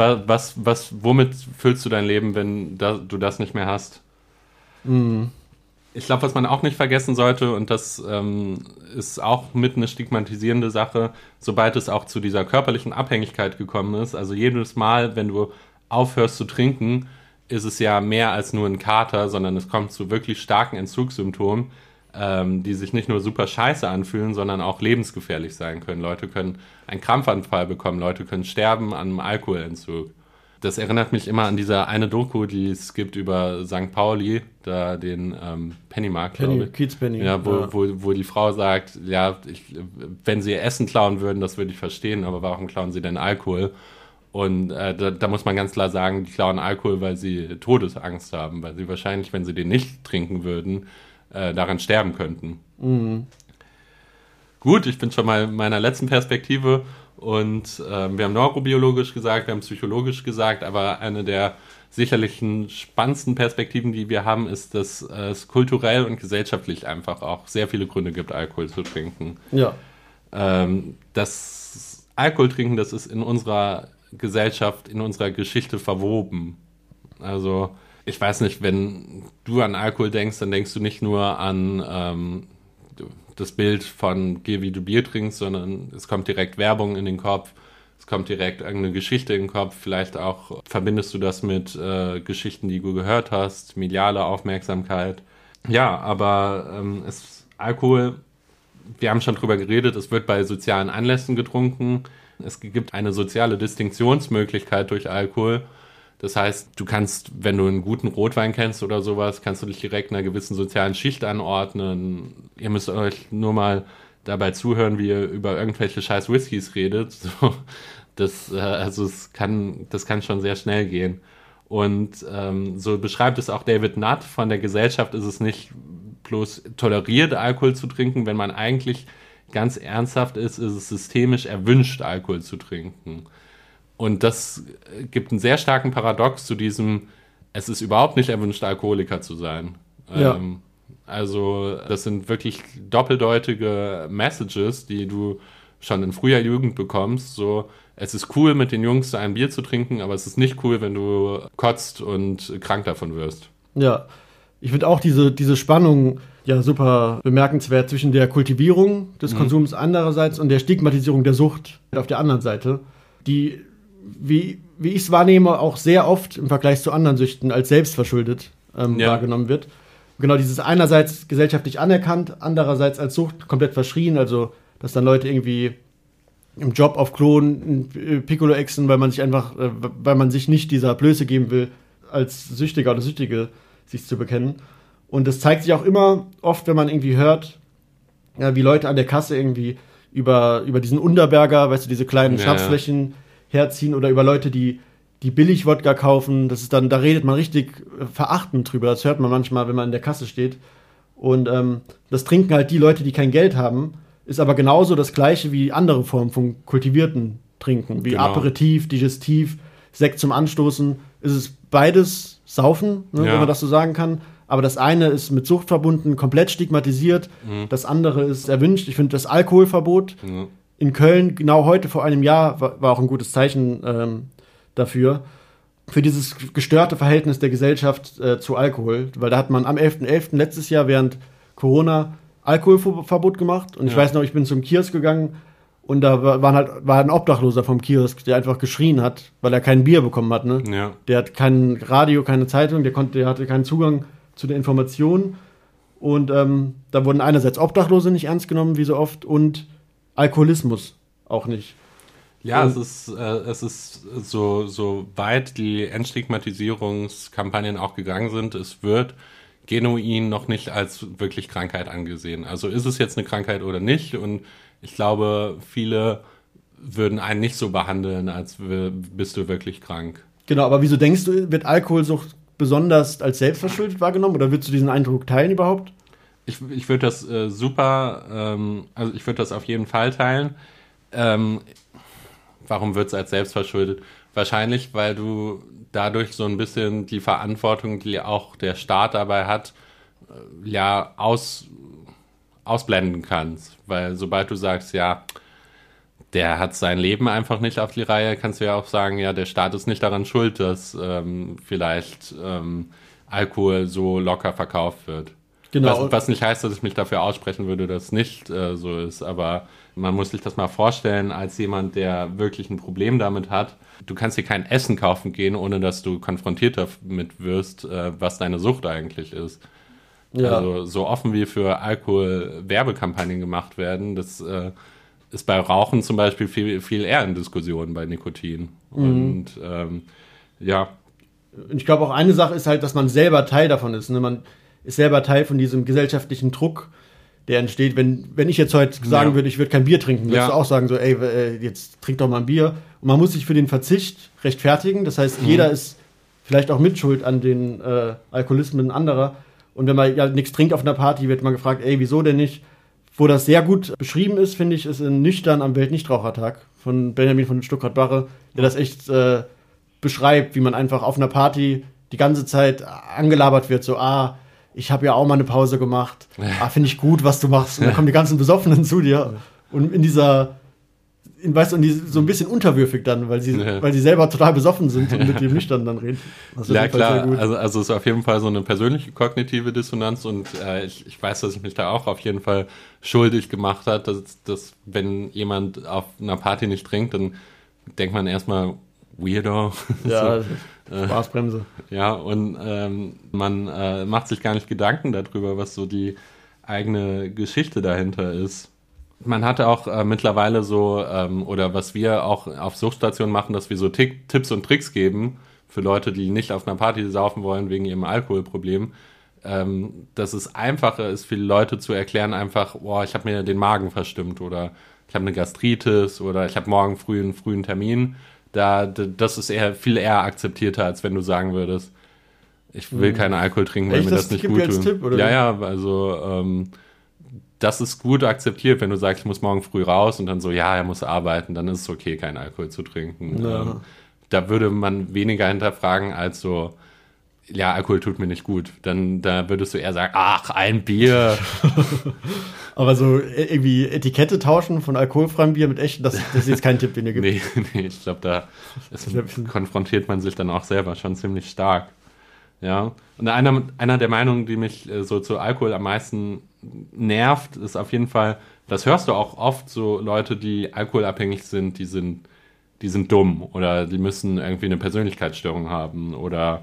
womit füllst du dein Leben, wenn du das nicht mehr hast? Mhm. Ich glaube, was man auch nicht vergessen sollte, und das ist auch mit eine stigmatisierende Sache, sobald es auch zu dieser körperlichen Abhängigkeit gekommen ist, also jedes Mal, wenn du aufhörst zu trinken, ist es ja mehr als nur ein Kater, sondern es kommt zu wirklich starken Entzugssymptomen, die sich nicht nur super scheiße anfühlen, sondern auch lebensgefährlich sein können. Leute können einen Krampfanfall bekommen, Leute können sterben an einem Alkoholentzug. Das erinnert mich immer an diese eine Doku, die es gibt über St. Pauli, da den Pennymarkt, glaube ich. Kiez Penny. Ja, wo die Frau sagt, ja, wenn sie Essen klauen würden, das würde ich verstehen, aber warum klauen sie denn Alkohol? Und da muss man ganz klar sagen, die klauen Alkohol, weil sie Todesangst haben, weil sie wahrscheinlich, wenn sie den nicht trinken würden, daran sterben könnten. Mhm. Gut, ich bin schon mal in meiner letzten Perspektive und wir haben neurobiologisch gesagt, wir haben psychologisch gesagt, aber eine der sicherlich spannendsten Perspektiven, die wir haben, ist, dass es kulturell und gesellschaftlich einfach auch sehr viele Gründe gibt, Alkohol zu trinken. Ja. Das Alkohol trinken, das ist in unserer Gesellschaft, in unserer Geschichte verwoben. Also ich weiß nicht, wenn du an Alkohol denkst, dann denkst du nicht nur an das Bild von geh, wie du Bier trinkst, sondern es kommt direkt Werbung in den Kopf, es kommt direkt irgendeine Geschichte in den Kopf, vielleicht auch verbindest du das mit Geschichten, die du gehört hast, mediale Aufmerksamkeit. Ja, aber Alkohol, wir haben schon drüber geredet, es wird bei sozialen Anlässen getrunken, es gibt eine soziale Distinktionsmöglichkeit durch Alkohol. Das heißt, du kannst, wenn du einen guten Rotwein kennst oder sowas, kannst du dich direkt einer gewissen sozialen Schicht anordnen. Ihr müsst euch nur mal dabei zuhören, wie ihr über irgendwelche scheiß Whiskys redet. So, das kann schon sehr schnell gehen. Und so beschreibt es auch David Nutt, von der Gesellschaft ist es nicht bloß toleriert, Alkohol zu trinken, wenn man eigentlich ganz ernsthaft ist es systemisch erwünscht, Alkohol zu trinken. Und das gibt einen sehr starken Paradox zu diesem, es ist überhaupt nicht erwünscht, Alkoholiker zu sein. Ja. Also das sind wirklich doppeldeutige Messages, die du schon in früher Jugend bekommst. So, es ist cool, mit den Jungs ein Bier zu trinken, aber es ist nicht cool, wenn du kotzt und krank davon wirst. Ja, ich finde auch diese Spannung ja super bemerkenswert zwischen der Kultivierung des Konsums andererseits und der Stigmatisierung der Sucht auf der anderen Seite, die, wie ich es wahrnehme, auch sehr oft im Vergleich zu anderen Süchten als selbstverschuldet wahrgenommen wird. Genau, dieses einerseits gesellschaftlich anerkannt, andererseits als Sucht komplett verschrien, also dass dann Leute irgendwie im Job auf Klo ein Piccolo exen, weil man sich nicht dieser Blöße geben will, als Süchtiger oder Süchtige sich zu bekennen. Und das zeigt sich auch immer oft, wenn man irgendwie hört, ja, wie Leute an der Kasse irgendwie über diesen Unterberger, weißt du, diese kleinen Schnapsflächen herziehen oder über Leute, die Billig-Wodka kaufen. Das ist dann, da redet man richtig verachtend drüber. Das hört man manchmal, wenn man in der Kasse steht. Und das trinken halt die Leute, die kein Geld haben, ist aber genauso das Gleiche wie andere Formen von kultivierten Trinken, wie Aperitif, Digestiv, Sekt zum Anstoßen. Es ist beides Saufen, wenn man das so sagen kann. Aber das eine ist mit Sucht verbunden, komplett stigmatisiert. Das andere ist erwünscht. Ich finde, das Alkoholverbot in Köln, genau heute vor einem Jahr, war auch ein gutes Zeichen dafür. Für dieses gestörte Verhältnis der Gesellschaft zu Alkohol. Weil da hat man am 11.11. letztes Jahr während Corona Alkoholverbot gemacht. Und ich weiß noch, ich bin zum Kiosk gegangen und da war ein Obdachloser vom Kiosk, der einfach geschrien hat, weil er kein Bier bekommen hat. Ne? Ja. Der hat kein Radio, keine Zeitung, der hatte keinen Zugang zu der Information. Und da wurden einerseits Obdachlose nicht ernst genommen, wie so oft, und Alkoholismus auch nicht. Ja, es ist so weit die Entstigmatisierungskampagnen auch gegangen sind, es wird genuin noch nicht als wirklich Krankheit angesehen. Also ist es jetzt eine Krankheit oder nicht? Und ich glaube, viele würden einen nicht so behandeln, als bist du wirklich krank. Genau, aber wieso denkst du, wird Alkoholsucht besonders als selbstverschuldet wahrgenommen? Oder würdest du diesen Eindruck teilen überhaupt? Ich würde das also ich würde das auf jeden Fall teilen. Warum wird es als selbstverschuldet? Wahrscheinlich, weil du dadurch so ein bisschen die Verantwortung, die auch der Staat dabei hat, ausblenden kannst. Weil sobald du sagst, ja, der hat sein Leben einfach nicht auf die Reihe, kannst du ja auch sagen, ja, der Staat ist nicht daran schuld, dass vielleicht Alkohol so locker verkauft wird. Genau. Was nicht heißt, dass ich mich dafür aussprechen würde, dass es nicht so ist, aber man muss sich das mal vorstellen, als jemand, der wirklich ein Problem damit hat. Du kannst dir kein Essen kaufen gehen, ohne dass du konfrontiert damit wirst, was deine Sucht eigentlich ist. Ja. Also so offen wie für Alkohol Werbekampagnen gemacht werden, das ist bei Rauchen zum Beispiel viel, viel eher in Diskussionen bei Nikotin. Und Ja. Und ich glaube auch eine Sache ist halt, dass man selber Teil davon ist. Ne? Man ist selber Teil von diesem gesellschaftlichen Druck, der entsteht. Wenn ich jetzt heute sagen würde, ich würde kein Bier trinken, würdest du auch sagen so, ey, jetzt trink doch mal ein Bier. Und man muss sich für den Verzicht rechtfertigen. Das heißt, jeder ist vielleicht auch mitschuld an den Alkoholismen anderer. Und wenn man ja nichts trinkt auf einer Party, wird man gefragt, ey, wieso denn nicht? Wo das sehr gut beschrieben ist, finde ich, ist in Nüchtern am Weltnichtrauchertag von Benjamin von Stuckrad-Barre, der das echt beschreibt, wie man einfach auf einer Party die ganze Zeit angelabert wird, so, ich habe ja auch mal eine Pause gemacht, finde ich gut, was du machst. Und dann kommen die ganzen Besoffenen zu dir und so ein bisschen unterwürfig dann, weil sie selber total besoffen sind und mit dem Nüchtern dann reden. Das ja, klar, also es ist auf jeden Fall so eine persönliche kognitive Dissonanz und ich weiß, dass ich mich da auch auf jeden Fall schuldig gemacht habe, dass wenn jemand auf einer Party nicht trinkt, dann denkt man erstmal, Weirdo. Ja, Spaßbremse. Ja, und man macht sich gar nicht Gedanken darüber, was so die eigene Geschichte dahinter ist. Man hatte auch mittlerweile so, oder was wir auch auf Suchtstationen machen, dass wir so Tipps und Tricks geben für Leute, die nicht auf einer Party saufen wollen wegen ihrem Alkoholproblem. Dass es einfacher ist, viele Leute zu erklären, einfach, ich habe mir den Magen verstimmt oder ich habe eine Gastritis oder ich habe morgen früh einen frühen Termin. Das ist viel eher akzeptierter, als wenn du sagen würdest, ich will keinen Alkohol trinken, weil mir das nicht gut tut. Tipp, oder? Ja, also das ist gut akzeptiert, wenn du sagst, ich muss morgen früh raus und dann so, er muss arbeiten, dann ist es okay, keinen Alkohol zu trinken. Ja. Da würde man weniger hinterfragen als so, Alkohol tut mir nicht gut. Da würdest du eher sagen, ein Bier. Aber so irgendwie Etikette tauschen von alkoholfreiem Bier mit echten, das ist jetzt kein Tipp, den ihr gibt. Nee, ich glaube, da konfrontiert man sich dann auch selber schon ziemlich stark. Ja. Und einer der Meinungen, die mich so zu Alkohol am meisten nervt, ist auf jeden Fall, das hörst du auch oft, so Leute, die alkoholabhängig sind, die sind dumm oder die müssen irgendwie eine Persönlichkeitsstörung haben oder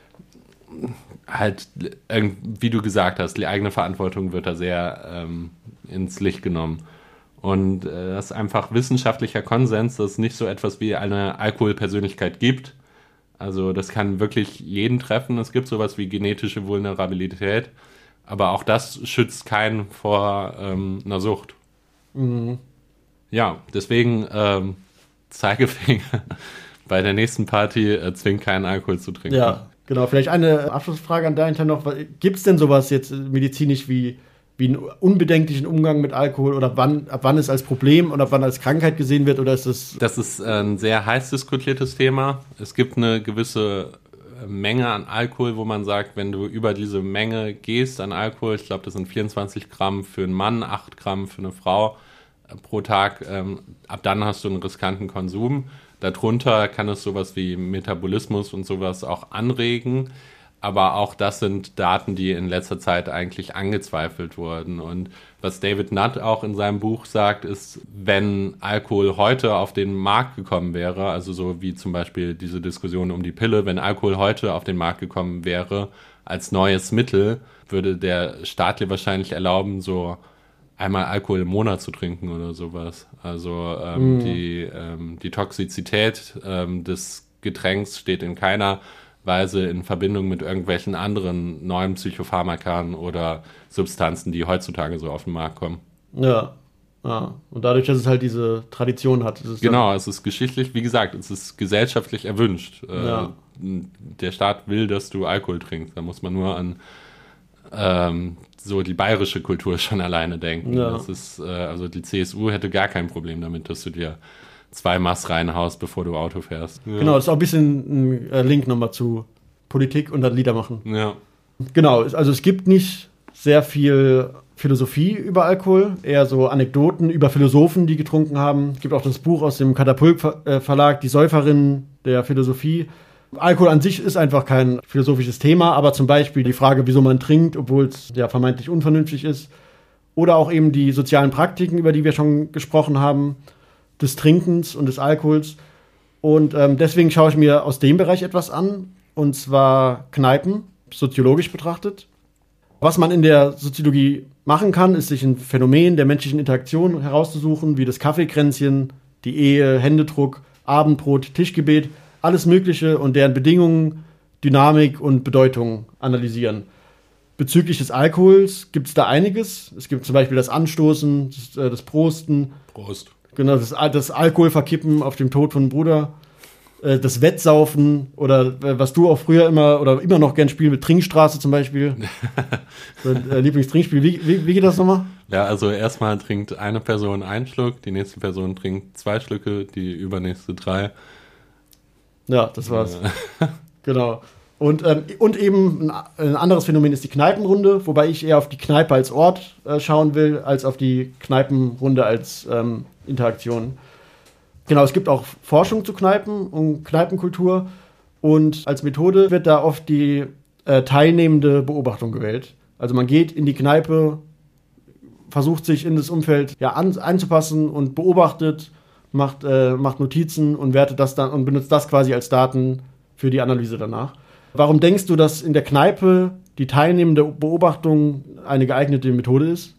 halt, wie du gesagt hast, die eigene Verantwortung wird da sehr ins Licht genommen. Und das ist einfach wissenschaftlicher Konsens, dass es nicht so etwas wie eine Alkoholpersönlichkeit gibt. Also das kann wirklich jeden treffen. Es gibt sowas wie genetische Vulnerabilität, aber auch das schützt keinen vor einer Sucht. Mhm. Ja, deswegen Zeigefinger bei der nächsten Party zwingt keinen Alkohol zu trinken. Ja. Genau, vielleicht eine Abschlussfrage an dahinter noch. Gibt es denn sowas jetzt medizinisch wie einen unbedenklichen Umgang mit Alkohol oder ab wann es als Problem oder ab wann als Krankheit gesehen wird? Oder ist das... Das ist ein sehr heiß diskutiertes Thema. Es gibt eine gewisse Menge an Alkohol, wo man sagt, wenn du über diese Menge gehst an Alkohol, ich glaube, das sind 24 Gramm für einen Mann, 8 Gramm für eine Frau pro Tag, ab dann hast du einen riskanten Konsum. Darunter kann es sowas wie Metabolismus und sowas auch anregen, aber auch das sind Daten, die in letzter Zeit eigentlich angezweifelt wurden. Und was David Nutt auch in seinem Buch sagt, ist, wenn Alkohol heute auf den Markt gekommen wäre, also so wie zum Beispiel diese Diskussion um die Pille, wenn Alkohol heute auf den Markt gekommen wäre als neues Mittel, würde der Staat dir wahrscheinlich erlauben, so einmal Alkohol im Monat zu trinken oder sowas. Also die Toxizität des Getränks steht in keiner Weise in Verbindung mit irgendwelchen anderen neuen Psychopharmakan oder Substanzen, die heutzutage so auf den Markt kommen. Ja. Und dadurch, dass es halt diese Tradition hat. Es ist geschichtlich, wie gesagt, es ist gesellschaftlich erwünscht. Der Staat will, dass du Alkohol trinkst. Da muss man nur an so die bayerische Kultur schon alleine denken. Ja. Das ist, also die CSU hätte gar kein Problem damit, dass du dir 2 Maß reinhaust, bevor du Auto fährst. Ja. Genau, das ist auch ein bisschen ein Link nochmal zu Politik und dann Lieder machen. Ja. Genau, also es gibt nicht sehr viel Philosophie über Alkohol, eher so Anekdoten über Philosophen, die getrunken haben. Es gibt auch das Buch aus dem Katapult-Verlag, Die Säuferinnen der Philosophie. Alkohol an sich ist einfach kein philosophisches Thema, aber zum Beispiel die Frage, wieso man trinkt, obwohl es ja vermeintlich unvernünftig ist. Oder auch eben die sozialen Praktiken, über die wir schon gesprochen haben, des Trinkens und des Alkohols. Und deswegen schaue ich mir aus dem Bereich etwas an, und zwar Kneipen, soziologisch betrachtet. Was man in der Soziologie machen kann, ist sich ein Phänomen der menschlichen Interaktion herauszusuchen, wie das Kaffeekränzchen, die Ehe, Händedruck, Abendbrot, Tischgebet, alles Mögliche und deren Bedingungen, Dynamik und Bedeutung analysieren. Bezüglich des Alkohols gibt es da einiges. Es gibt zum Beispiel das Anstoßen, das Prosten. Prost. Genau, das Alkoholverkippen auf dem Tod von Bruder. Das Wettsaufen oder was du auch früher immer noch gern spielst mit Trinkstraße zum Beispiel. Lieblingstrinkspiel. Wie geht das nochmal? Ja, also erstmal trinkt eine Person einen Schluck, die nächste Person trinkt 2 Schlücke, die übernächste 3. Ja, das war's. Genau. Und eben ein anderes Phänomen ist die Kneipenrunde, wobei ich eher auf die Kneipe als Ort schauen will, als auf die Kneipenrunde als Interaktion. Genau, es gibt auch Forschung zu Kneipen und Kneipenkultur und als Methode wird da oft die teilnehmende Beobachtung gewählt. Also man geht in die Kneipe, versucht sich in das Umfeld einzupassen und beobachtet, macht Notizen und wertet das dann und benutzt das quasi als Daten für die Analyse danach. Warum denkst du, dass in der Kneipe die teilnehmende Beobachtung eine geeignete Methode ist?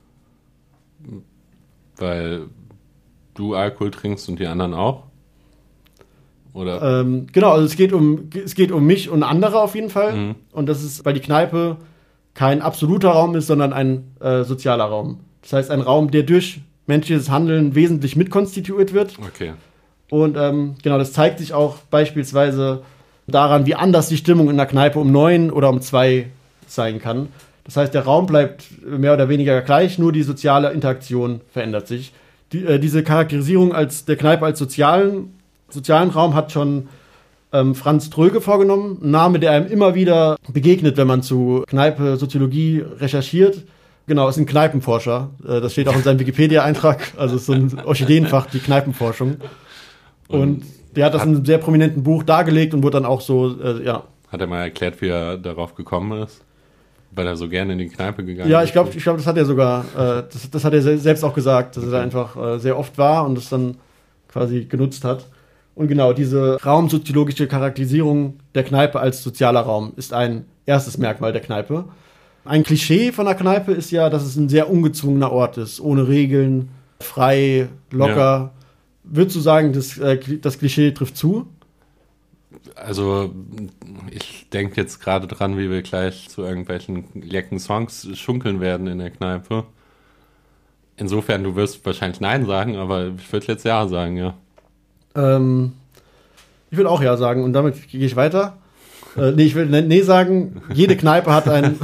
Weil du Alkohol trinkst und die anderen auch? Oder? Genau, also es geht um mich und andere auf jeden Fall. Mhm. Und das ist, weil die Kneipe kein absoluter Raum ist, sondern ein sozialer Raum. Das heißt, ein Raum, der durch menschliches Handeln wesentlich mitkonstituiert wird. Okay. Und genau, das zeigt sich auch beispielsweise daran, wie anders die Stimmung in der Kneipe um 9 oder um 2 sein kann. Das heißt, der Raum bleibt mehr oder weniger gleich, nur die soziale Interaktion verändert sich. Diese Charakterisierung der Kneipe als sozialen Raum hat schon Franz Tröge vorgenommen. Ein Name, der einem immer wieder begegnet, wenn man zu Kneipe-Soziologie recherchiert. Genau, ist ein Kneipenforscher. Das steht auch in seinem Wikipedia-Eintrag. Also es ist so ein Orchideenfach, die Kneipenforschung. Und der hat das in einem sehr prominenten Buch dargelegt und wurde dann auch so, Hat er mal erklärt, wie er darauf gekommen ist? Weil er so gerne in die Kneipe gegangen ist? Ja, ich glaube, das hat er sogar, das hat er selbst auch gesagt, dass er da einfach sehr oft war und es dann quasi genutzt hat. Und genau, diese raumsoziologische Charakterisierung der Kneipe als sozialer Raum ist ein erstes Merkmal der Kneipe. Ein Klischee von der Kneipe ist ja, dass es ein sehr ungezwungener Ort ist, ohne Regeln, frei, locker. Ja. Würdest du sagen, das Klischee trifft zu? Also, ich denke jetzt gerade dran, wie wir gleich zu irgendwelchen lecken Songs schunkeln werden in der Kneipe. Insofern, du wirst wahrscheinlich Nein sagen, aber ich würde jetzt Ja sagen, ja. Ich würde auch Ja sagen und damit gehe ich weiter. Ich will Nee sagen. Jede Kneipe hat ein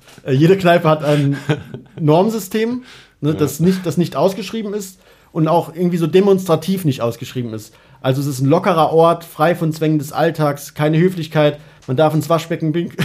Normsystem, ne, das nicht ausgeschrieben ist und auch irgendwie so demonstrativ nicht ausgeschrieben ist. Also es ist ein lockerer Ort, frei von Zwängen des Alltags, keine Höflichkeit, man darf ins Waschbecken pinkeln.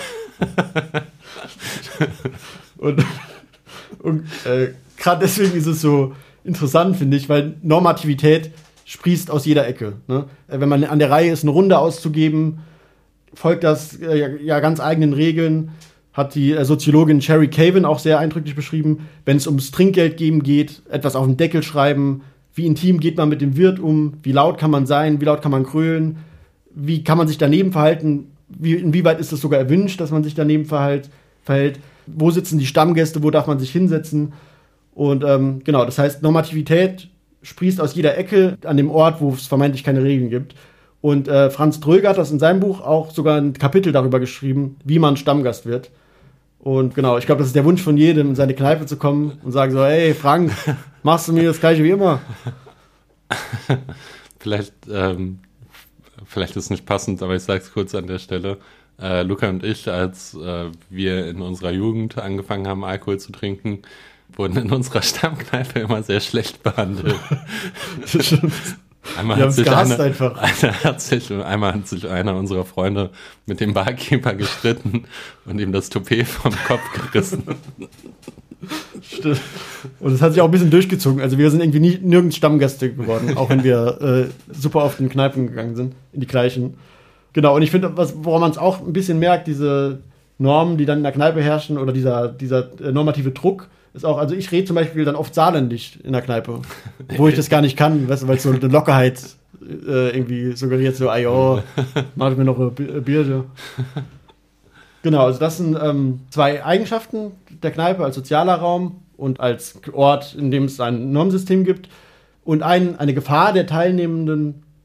und gerade deswegen ist es so interessant, finde ich, weil Normativität sprießt aus jeder Ecke. Ne? Wenn man an der Reihe ist, eine Runde auszugeben, folgt das ganz eigenen Regeln. Hat die Soziologin Sherry Caven auch sehr eindrücklich beschrieben. Wenn es ums Trinkgeld geben geht, etwas auf den Deckel schreiben, wie intim geht man mit dem Wirt um, wie laut kann man sein, wie laut kann man grölen, wie kann man sich daneben verhalten, inwieweit ist es sogar erwünscht, dass man sich daneben verhält, wo sitzen die Stammgäste, wo darf man sich hinsetzen. Und genau, das heißt, Normativität sprießt aus jeder Ecke an dem Ort, wo es vermeintlich keine Regeln gibt. Und Franz Tröger hat das in seinem Buch auch sogar ein Kapitel darüber geschrieben, wie man Stammgast wird. Und genau, ich glaube, das ist der Wunsch von jedem, in seine Kneipe zu kommen und sagen so, hey Frank, machst du mir das Gleiche wie immer? Vielleicht ist es nicht passend, aber ich sage es kurz an der Stelle. Luca und ich, als wir in unserer Jugend angefangen haben, Alkohol zu trinken, wurden in unserer Stammkneipe immer sehr schlecht behandelt. Einmal hat sich einer unserer Freunde mit dem Barkeeper gestritten und ihm das Toupet vom Kopf gerissen. Stimmt. Und das hat sich auch ein bisschen durchgezogen. Also wir sind irgendwie nirgends Stammgäste geworden, auch wenn wir super oft in Kneipen gegangen sind, in die gleichen. Genau, und ich finde, woran man es auch ein bisschen merkt, diese Normen, die dann in der Kneipe herrschen oder dieser normative Druck, ist auch, also ich rede zum Beispiel dann oft saarländisch in der Kneipe, wo ich das gar nicht kann, weißt du, weil es so eine Lockerheit irgendwie suggeriert, so, mach ich mir noch eine Bier. Genau, also das sind 2 Eigenschaften der Kneipe als sozialer Raum und als Ort, in dem es ein Normsystem gibt und eine Gefahr der teilnehmenden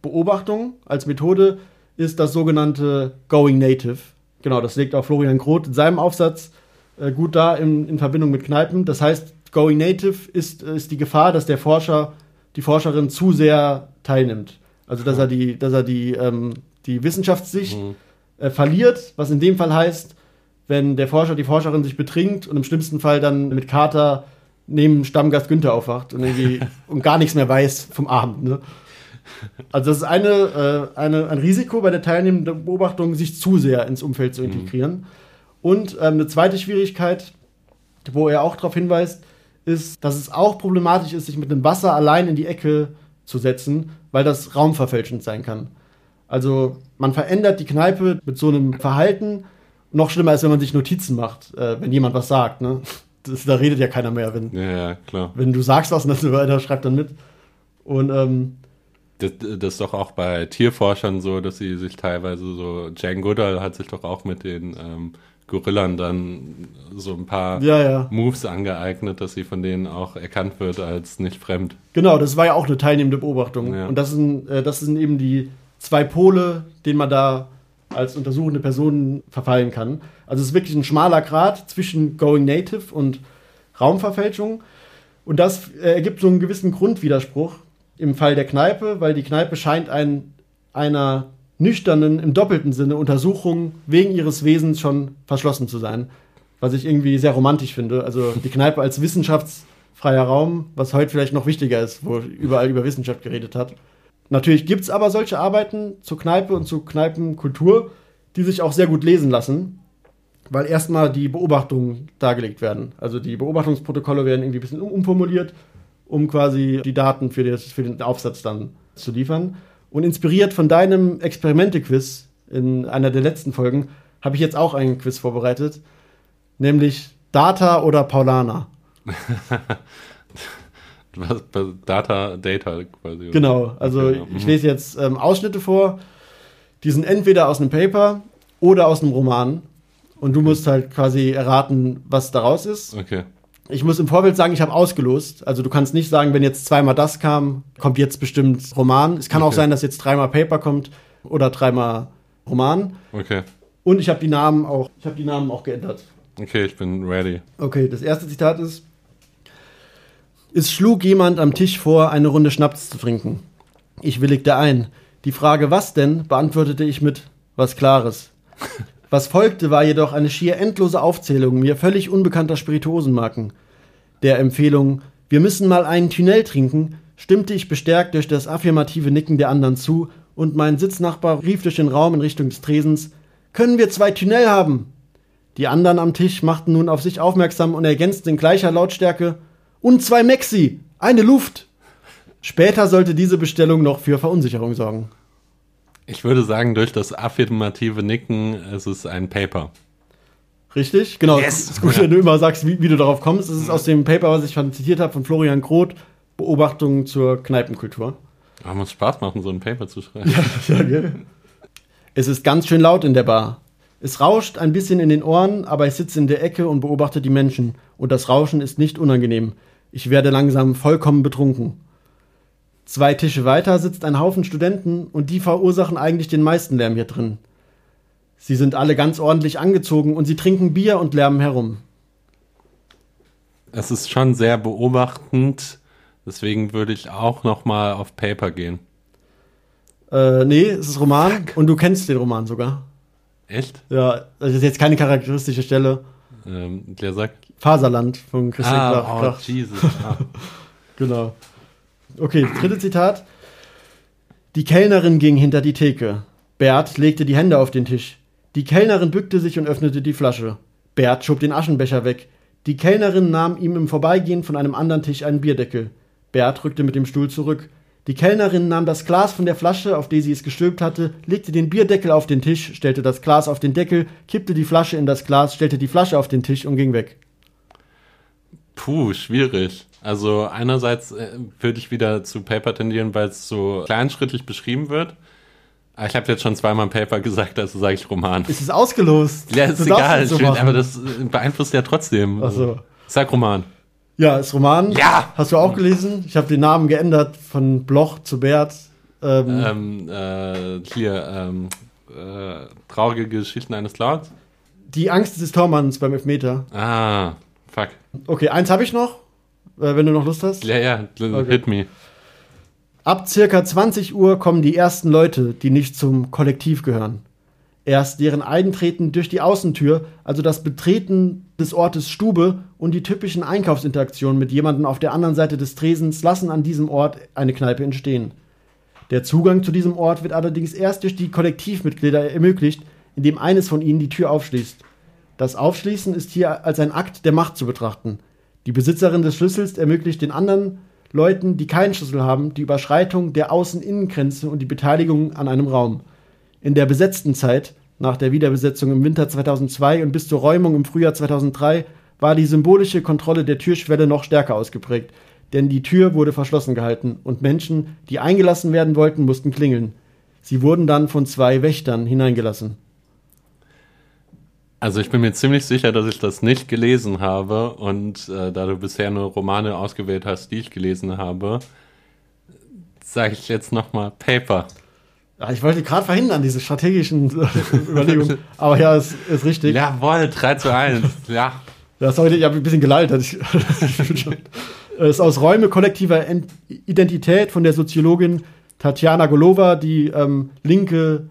Beobachtung als Methode ist das sogenannte Going Native. Genau, das legt auch Florian Groth in seinem Aufsatz gut dar in Verbindung mit Kneipen. Das heißt, Going Native ist die Gefahr, dass der Forscher, die Forscherin zu sehr teilnimmt. Also dass er die Wissenschaftssicht verliert, was in dem Fall heißt, wenn der Forscher, die Forscherin sich betrinkt und im schlimmsten Fall dann mit Kater neben Stammgast Günther aufwacht und gar nichts mehr weiß vom Abend. Ne? Also das ist ein Risiko bei der teilnehmenden Beobachtung, sich zu sehr ins Umfeld zu integrieren. Und eine zweite Schwierigkeit, wo er auch darauf hinweist, ist, dass es auch problematisch ist, sich mit dem Wasser allein in die Ecke zu setzen, weil das raumverfälschend sein kann. Also man verändert die Kneipe mit so einem Verhalten. Noch schlimmer ist, wenn man sich Notizen macht, wenn jemand was sagt. Ne? Da redet ja keiner mehr. Klar. Wenn du sagst was und das weiter schreibt dann mit. Und das ist doch auch bei Tierforschern so, dass sie sich teilweise so, Jane Goodall hat sich doch auch mit den Gorillen dann so ein paar Moves angeeignet, dass sie von denen auch erkannt wird als nicht fremd. Genau, das war ja auch eine teilnehmende Beobachtung. Ja. Und das sind eben die zwei Pole, denen man da als untersuchende Person verfallen kann. Also es ist wirklich ein schmaler Grat zwischen Going Native und Raumverfälschung. Und das ergibt so einen gewissen Grundwiderspruch im Fall der Kneipe, weil die Kneipe scheint einer nüchternen, im doppelten Sinne, Untersuchung wegen ihres Wesens schon verschlossen zu sein. Was ich irgendwie sehr romantisch finde. Also die Kneipe als wissenschaftsfreier Raum, was heute vielleicht noch wichtiger ist, wo überall über Wissenschaft geredet hat. Natürlich gibt es aber solche Arbeiten zur Kneipe und zur Kneipenkultur, die sich auch sehr gut lesen lassen, weil erstmal die Beobachtungen dargelegt werden. Also die Beobachtungsprotokolle werden irgendwie ein bisschen umformuliert, um quasi die Daten für den Aufsatz dann zu liefern. Und inspiriert von deinem Experimente-Quiz in einer der letzten Folgen habe ich jetzt auch einen Quiz vorbereitet, nämlich Data oder Paulaner. Data quasi. Genau, also ich lese jetzt Ausschnitte vor, die sind entweder aus einem Paper oder aus einem Roman und du musst halt quasi erraten, was daraus ist. Okay. Ich muss im Vorfeld sagen, ich habe ausgelost. Also du kannst nicht sagen, wenn jetzt zweimal das kam, kommt jetzt bestimmt Roman. Es kann auch sein, dass jetzt dreimal Paper kommt oder dreimal Roman. Okay. Und ich habe die Namen auch geändert. Okay, ich bin ready. Okay, das erste Zitat ist: Es schlug jemand am Tisch vor, eine Runde Schnaps zu trinken. Ich willigte ein. Die Frage, was denn, beantwortete ich mit was Klares. Was folgte, war jedoch eine schier endlose Aufzählung mir völlig unbekannter Spirituosenmarken. Der Empfehlung, wir müssen mal einen Tunnel trinken, stimmte ich bestärkt durch das affirmative Nicken der anderen zu und mein Sitznachbar rief durch den Raum in Richtung des Tresens: Können wir 2 Tunnel haben? Die anderen am Tisch machten nun auf sich aufmerksam und ergänzten in gleicher Lautstärke: Und 2 Mexi, eine Luft. Später sollte diese Bestellung noch für Verunsicherung sorgen. Ich würde sagen, durch das affirmative Nicken ist es ein Paper. Richtig, genau. Yes. Es ist gut, wenn du immer sagst, wie du darauf kommst. Es ist aus dem Paper, was ich schon zitiert habe, von Florian Groth, Beobachtungen zur Kneipenkultur. Aber muss Spaß machen, so ein Paper zu schreiben. Ja, gell? Es ist ganz schön laut in der Bar. Es rauscht ein bisschen in den Ohren, aber ich sitze in der Ecke und beobachte die Menschen. Und das Rauschen ist nicht unangenehm. Ich werde langsam vollkommen betrunken. 2 Tische weiter sitzt ein Haufen Studenten und die verursachen eigentlich den meisten Lärm hier drin. Sie sind alle ganz ordentlich angezogen und sie trinken Bier und lärmen herum. Es ist schon sehr beobachtend, deswegen würde ich auch nochmal auf Paper gehen. Nee, es ist Roman. Fuck. Und du kennst den Roman sogar. Echt? Ja, das ist jetzt keine charakteristische Stelle. Der sagt... Faserland von Christian Krach. Oh, Jesus. Genau. Okay, 3. Zitat. Die Kellnerin ging hinter die Theke. Bert legte die Hände auf den Tisch. Die Kellnerin bückte sich und öffnete die Flasche. Bert schob den Aschenbecher weg. Die Kellnerin nahm ihm im Vorbeigehen von einem anderen Tisch einen Bierdeckel. Bert rückte mit dem Stuhl zurück. Die Kellnerin nahm das Glas von der Flasche, auf die sie es gestülpt hatte, legte den Bierdeckel auf den Tisch, stellte das Glas auf den Deckel, kippte die Flasche in das Glas, stellte die Flasche auf den Tisch und ging weg. Puh, schwierig. Also einerseits würde ich wieder zu Paper tendieren, weil es so kleinschrittig beschrieben wird. Aber ich habe jetzt schon zweimal Paper gesagt, also sage ich Roman. Ist es ausgelost? Ja, ist egal, so aber das beeinflusst ja trotzdem. Ach so. Sag Roman. Ja, ist Roman. Ja! Hast du auch gelesen? Ich habe den Namen geändert von Bloch zu Bert. Traurige Geschichten eines Clowns. Die Angst des Tormanns beim Elfmeter. Ah, fuck. Okay, eins habe ich noch, wenn du noch Lust hast. Ja, Okay. Hit me. Ab circa 20 Uhr kommen die ersten Leute, die nicht zum Kollektiv gehören. Erst deren Eintreten durch die Außentür, also das Betreten des Ortes Stube und die typischen Einkaufsinteraktionen mit jemandem auf der anderen Seite des Tresens lassen an diesem Ort eine Kneipe entstehen. Der Zugang zu diesem Ort wird allerdings erst durch die Kollektivmitglieder ermöglicht, indem eines von ihnen die Tür aufschließt. Das Aufschließen ist hier als ein Akt der Macht zu betrachten. Die Besitzerin des Schlüssels ermöglicht den anderen Leuten, die keinen Schlüssel haben, die Überschreitung der Außen-Innen-Grenze und die Beteiligung an einem Raum. In der besetzten Zeit, nach der Wiederbesetzung im Winter 2002 und bis zur Räumung im Frühjahr 2003, war die symbolische Kontrolle der Türschwelle noch stärker ausgeprägt, denn die Tür wurde verschlossen gehalten und Menschen, die eingelassen werden wollten, mussten klingeln. Sie wurden dann von 2 Wächtern hineingelassen. Also ich bin mir ziemlich sicher, dass ich das nicht gelesen habe und da du bisher nur Romane ausgewählt hast, die ich gelesen habe, sage ich jetzt nochmal Paper. Ja, ich wollte gerade verhindern, diese strategischen Überlegungen, aber ja, ist richtig. Jawohl, 3:1, ja. Ja, sorry, ich habe ein bisschen gelaltert. Es ist aus Räume kollektiver Identität von der Soziologin Tatjana Golova, die linke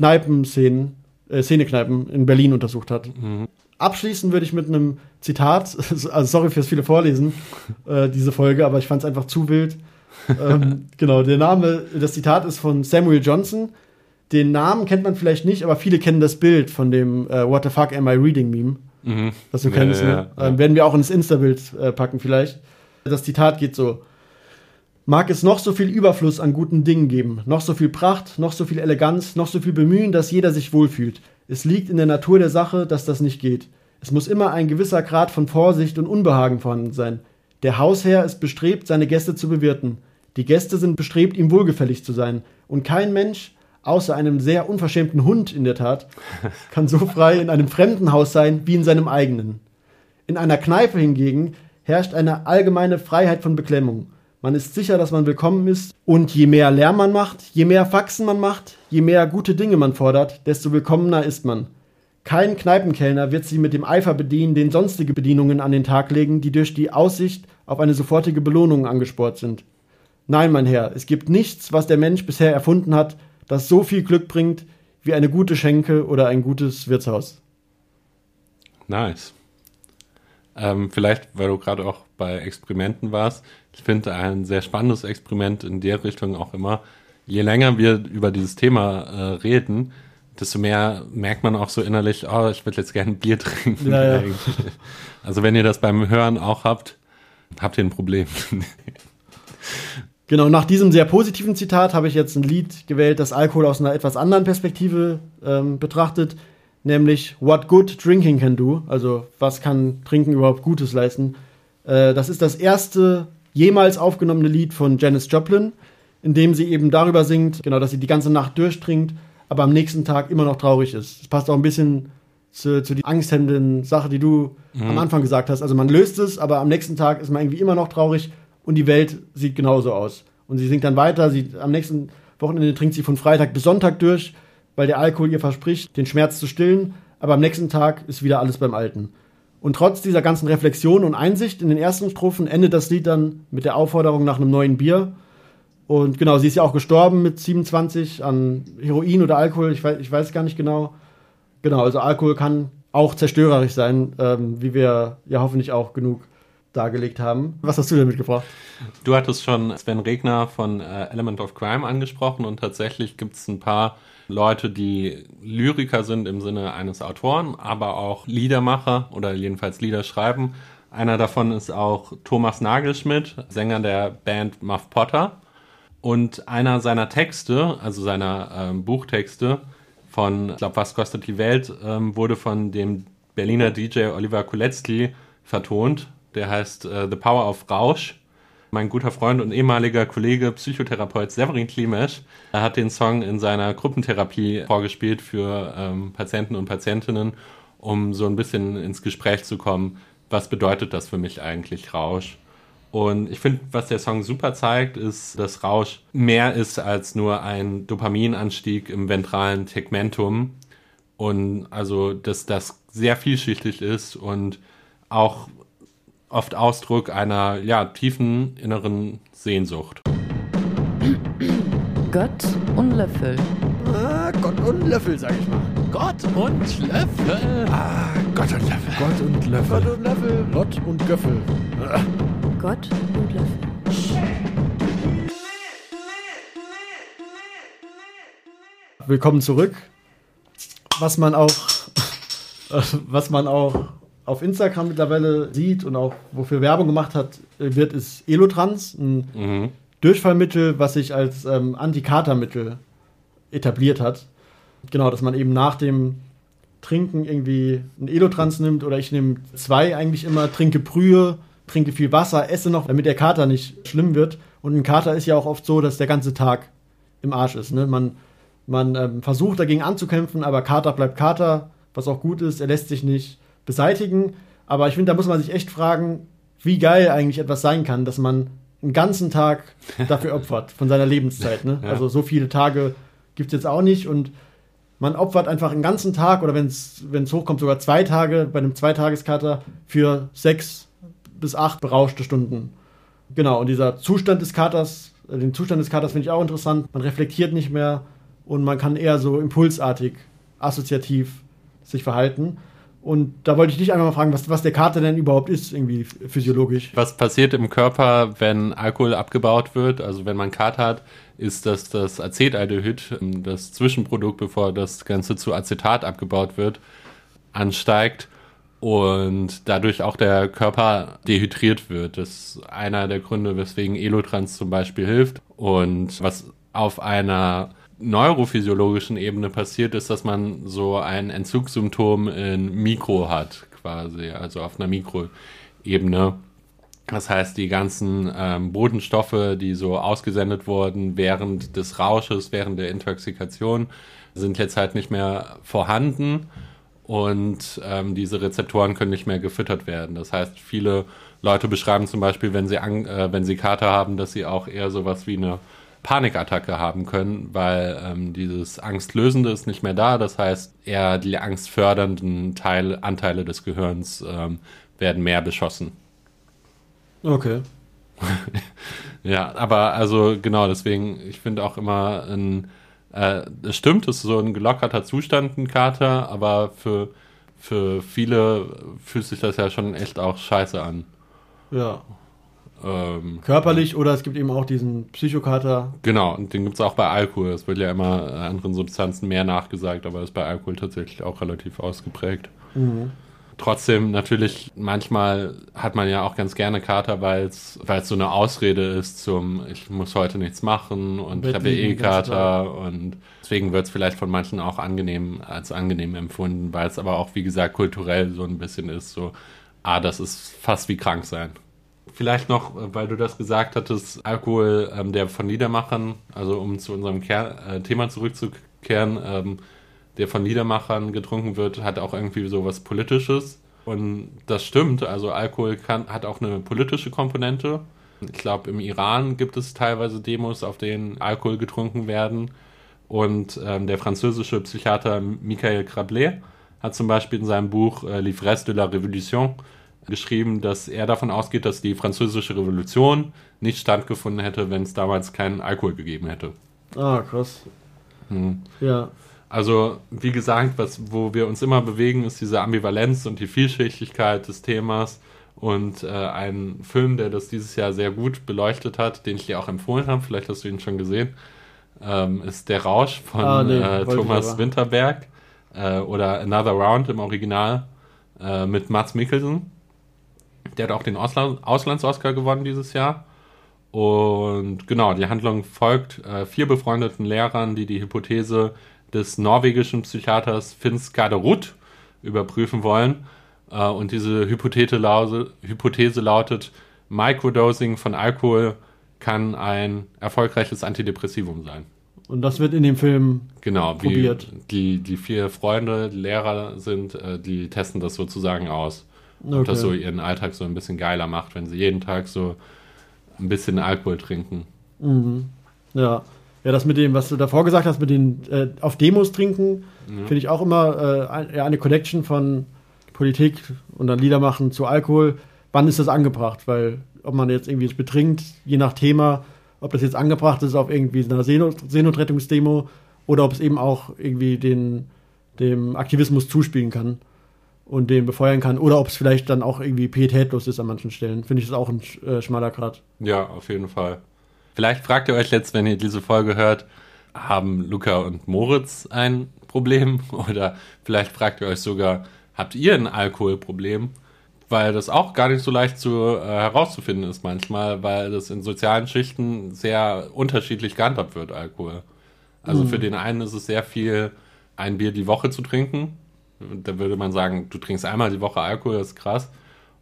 Szenekneipen in Berlin untersucht hat. Mhm. Abschließen würde ich mit einem Zitat, also sorry fürs viele Vorlesen, diese Folge, aber ich fand es einfach zu wild. Genau, das Zitat ist von Samuel Johnson. Den Namen kennt man vielleicht nicht, aber viele kennen das Bild von dem What the fuck am I reading Meme. Mhm. Was du kennst, ne? Werden wir auch ins Insta-Bild packen vielleicht. Das Zitat geht so: Mag es noch so viel Überfluss an guten Dingen geben, noch so viel Pracht, noch so viel Eleganz, noch so viel Bemühen, dass jeder sich wohlfühlt. Es liegt in der Natur der Sache, dass das nicht geht. Es muss immer ein gewisser Grad von Vorsicht und Unbehagen vorhanden sein. Der Hausherr ist bestrebt, seine Gäste zu bewirten. Die Gäste sind bestrebt, ihm wohlgefällig zu sein. Und kein Mensch, außer einem sehr unverschämten Hund in der Tat, kann so frei in einem fremden Haus sein wie in seinem eigenen. In einer Kneipe hingegen herrscht eine allgemeine Freiheit von Beklemmung. Man ist sicher, dass man willkommen ist, und je mehr Lärm man macht, je mehr Faxen man macht, je mehr gute Dinge man fordert, desto willkommener ist man. Kein Kneipenkellner wird sie mit dem Eifer bedienen, den sonstige Bedienungen an den Tag legen, die durch die Aussicht auf eine sofortige Belohnung angesport sind. Nein, mein Herr, es gibt nichts, was der Mensch bisher erfunden hat, das so viel Glück bringt wie eine gute Schenke oder ein gutes Wirtshaus. Nice. Vielleicht, weil du gerade auch bei Experimenten warst, ich finde ein sehr spannendes Experiment in der Richtung auch immer, je länger wir über dieses Thema reden, desto mehr merkt man auch so innerlich, oh, ich würde jetzt gerne ein Bier trinken. Ja. Also wenn ihr das beim Hören auch habt ihr ein Problem. Genau, nach diesem sehr positiven Zitat habe ich jetzt ein Lied gewählt, das Alkohol aus einer etwas anderen Perspektive betrachtet, nämlich What Good Drinking Can Do, also was kann Trinken überhaupt Gutes leisten. Das ist das erste jemals aufgenommene Lied von Janis Joplin, in dem sie eben darüber singt, genau, dass sie die ganze Nacht durchtrinkt, aber am nächsten Tag immer noch traurig ist. Das passt auch ein bisschen zu die angsthemmenden Sache, die du am Anfang gesagt hast. Also man löst es, aber am nächsten Tag ist man irgendwie immer noch traurig und die Welt sieht genauso aus. Und sie singt dann weiter, am nächsten Wochenende trinkt sie von Freitag bis Sonntag durch, weil der Alkohol ihr verspricht, den Schmerz zu stillen, aber am nächsten Tag ist wieder alles beim Alten. Und trotz dieser ganzen Reflexion und Einsicht in den ersten Strophen endet das Lied dann mit der Aufforderung nach einem neuen Bier. Und genau, sie ist ja auch gestorben mit 27 an Heroin oder Alkohol, ich weiß gar nicht genau. Genau, also Alkohol kann auch zerstörerisch sein, wie wir ja hoffentlich auch genug dargelegt haben. Was hast du denn mitgebracht? Du hattest schon Sven Regner von Element of Crime angesprochen und tatsächlich gibt es ein paar Leute, die Lyriker sind im Sinne eines Autoren, aber auch Liedermacher oder jedenfalls Lieder schreiben. Einer davon ist auch Thomas Nagelschmidt, Sänger der Band Muff Potter. Und einer seiner Texte, also seiner Buchtexte von, ich glaube, Was kostet die Welt, wurde von dem Berliner DJ Oliver Kolecki vertont. Der heißt The Power of Rausch. Mein guter Freund und ehemaliger Kollege, Psychotherapeut Severin Klimesch, hat den Song in seiner Gruppentherapie vorgespielt für Patienten und Patientinnen, um so ein bisschen ins Gespräch zu kommen, was bedeutet das für mich eigentlich, Rausch? Und ich finde, was der Song super zeigt, ist, dass Rausch mehr ist als nur ein Dopaminanstieg im ventralen Tegmentum. Und also, dass das sehr vielschichtig ist und auch oft Ausdruck einer tiefen inneren Sehnsucht. Gott und Löffel. Gott und Löffel, sag ich mal. Gott und Löffel. Gott und Löffel. Gott und Löffel. Gott und Löffel. Lott und Göffel. Gott und Löffel. Willkommen zurück. Was man auch auf Instagram mittlerweile sieht und auch wofür Werbung gemacht hat, ist Elotrans, ein Durchfallmittel, was sich als Antikatermittel etabliert hat. Genau, dass man eben nach dem Trinken irgendwie ein Elotrans nimmt, oder ich nehme 2 eigentlich immer, trinke Brühe, trinke viel Wasser, esse noch, damit der Kater nicht schlimm wird. Und ein Kater ist ja auch oft so, dass der ganze Tag im Arsch ist. Ne? Man versucht dagegen anzukämpfen, aber Kater bleibt Kater, was auch gut ist. Er lässt sich nicht beseitigen. Aber ich finde, da muss man sich echt fragen, wie geil eigentlich etwas sein kann, dass man einen ganzen Tag dafür opfert, von seiner Lebenszeit. Ne? Ja. Also so viele Tage gibt es jetzt auch nicht. Und man opfert einfach einen ganzen Tag, oder wenn es hochkommt, sogar 2 Tage bei einem 2-Tageskater für 6 bis 8 berauschte Stunden. Genau, und dieser Zustand des Katers, den Zustand des Katers finde ich auch interessant. Man reflektiert nicht mehr und man kann eher so impulsartig, assoziativ sich verhalten. Und da wollte ich dich einmal mal fragen, was der Kater denn überhaupt ist, irgendwie physiologisch. Was passiert im Körper, wenn Alkohol abgebaut wird? Also wenn man Kater hat, ist das Acetaldehyd, das Zwischenprodukt, bevor das Ganze zu Acetat abgebaut wird, ansteigt und dadurch auch der Körper dehydriert wird. Das ist einer der Gründe, weswegen Elotrans zum Beispiel hilft. Und was auf einer neurophysiologischen Ebene passiert, ist, dass man so ein Entzugssymptom in Mikro hat, quasi, also auf einer Mikroebene. Das heißt, die ganzen Botenstoffe, die so ausgesendet wurden während des Rausches, während der Intoxikation, sind jetzt halt nicht mehr vorhanden und diese Rezeptoren können nicht mehr gefüttert werden. Das heißt, viele Leute beschreiben zum Beispiel, wenn sie Kater haben, dass sie auch eher sowas wie eine Panikattacke haben können, weil dieses Angstlösende ist nicht mehr da. Das heißt, eher die angstfördernden Anteile des Gehirns werden mehr beschossen. Okay. Ja, aber also genau, deswegen, ich finde auch immer, es stimmt, es ist so ein gelockerter Zustand, ein Kater, aber für viele fühlt sich das ja schon echt auch scheiße an. Ja. Körperlich, oder es gibt eben auch diesen Psychokater. Genau, und den gibt es auch bei Alkohol. Es wird ja immer anderen Substanzen mehr nachgesagt, aber ist bei Alkohol tatsächlich auch relativ ausgeprägt. Mhm. Trotzdem natürlich, manchmal hat man ja auch ganz gerne Kater, weil es so eine Ausrede ist zum, ich muss heute nichts machen und ich habe ja eh Kater, und deswegen wird es vielleicht von manchen auch als angenehm empfunden, weil es aber auch, wie gesagt, kulturell so ein bisschen ist, so, das ist fast wie krank sein. Vielleicht noch, weil du das gesagt hattest, Alkohol, der von Liedermachern, also um zu unserem Thema zurückzukehren, der von Liedermachern getrunken wird, hat auch irgendwie so was Politisches. Und das stimmt, also Alkohol hat auch eine politische Komponente. Ich glaube, im Iran gibt es teilweise Demos, auf denen Alkohol getrunken werden. Und der französische Psychiater Michael Crablet hat zum Beispiel in seinem Buch L'ivresse de la Révolution geschrieben, dass er davon ausgeht, dass die französische Revolution nicht stattgefunden hätte, wenn es damals keinen Alkohol gegeben hätte. Ah, krass. Ja. Also, wie gesagt, wo wir uns immer bewegen, ist diese Ambivalenz und die Vielschichtigkeit des Themas. Und ein Film, der das dieses Jahr sehr gut beleuchtet hat, den ich dir auch empfohlen habe, vielleicht hast du ihn schon gesehen, ist Der Rausch von Thomas Winterberg oder Another Round im Original mit Mads Mikkelsen. Der hat auch den Auslands-Oscar gewonnen dieses Jahr. Und genau, die Handlung folgt 4 befreundeten Lehrern, die die Hypothese des norwegischen Psychiaters Finn Skaderud überprüfen wollen. Und diese Hypothese lautet, Microdosing von Alkohol kann ein erfolgreiches Antidepressivum sein. Und das wird in dem Film probiert. Die 4 Freunde, die Lehrer sind, die testen das sozusagen aus. ob das so ihren Alltag so ein bisschen geiler macht, wenn sie jeden Tag so ein bisschen Alkohol trinken. Ja. Ja, das mit dem, was du davor gesagt hast, mit den auf Demos trinken, finde ich auch immer eine Connection von Politik und dann Lieder machen zu Alkohol. Wann ist das angebracht? Weil ob man jetzt irgendwie es betrinkt, je nach Thema, ob das jetzt angebracht ist auf irgendwie einer Seenotrettungsdemo oder ob es eben auch irgendwie dem Aktivismus zuspielen kann und den befeuern kann oder ob es vielleicht dann auch irgendwie pietätlos ist an manchen Stellen. Finde ich das auch ein schmaler Grat. Ja, auf jeden Fall. Vielleicht fragt ihr euch jetzt, wenn ihr diese Folge hört, haben Luca und Moritz ein Problem? Oder vielleicht fragt ihr euch sogar, habt ihr ein Alkoholproblem? Weil das auch gar nicht so leicht herauszufinden ist manchmal, weil das in sozialen Schichten sehr unterschiedlich gehandhabt wird, Alkohol. Also für den einen ist es sehr viel, ein Bier die Woche zu trinken. Da würde man sagen, du trinkst einmal die Woche Alkohol, das ist krass.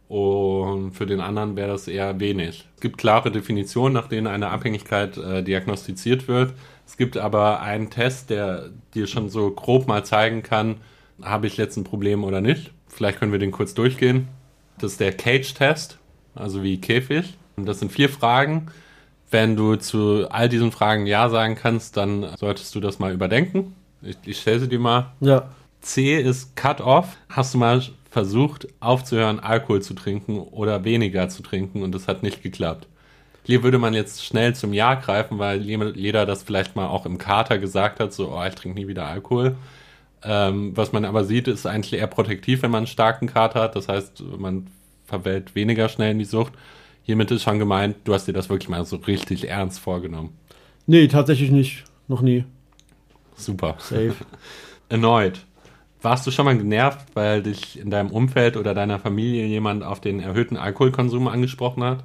Und für den anderen wäre das eher wenig. Es gibt klare Definitionen, nach denen eine Abhängigkeit diagnostiziert wird. Es gibt aber einen Test, der dir schon so grob mal zeigen kann, habe ich jetzt ein Problem oder nicht. Vielleicht können wir den kurz durchgehen. Das ist der Cage-Test, also wie Käfig. Und das sind 4 Fragen. Wenn du zu all diesen Fragen Ja sagen kannst, dann solltest du das mal überdenken. Ich stelle sie dir mal. Ja. C ist Cut-Off. Hast du mal versucht, aufzuhören, Alkohol zu trinken oder weniger zu trinken und das hat nicht geklappt? Hier würde man jetzt schnell zum Ja greifen, weil jeder das vielleicht mal auch im Kater gesagt hat, so, ich trinke nie wieder Alkohol. Was man aber sieht, ist eigentlich eher protektiv, wenn man einen starken Kater hat. Das heißt, man verfällt weniger schnell in die Sucht. Hiermit ist schon gemeint, du hast dir das wirklich mal so richtig ernst vorgenommen. Nee, tatsächlich nicht. Noch nie. Super. Safe. Erneut. Warst du schon mal genervt, weil dich in deinem Umfeld oder deiner Familie jemand auf den erhöhten Alkoholkonsum angesprochen hat?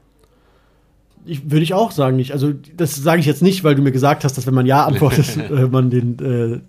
Würde ich auch sagen, nicht. Also, das sage ich jetzt nicht, weil du mir gesagt hast, dass wenn man Ja antwortet, man den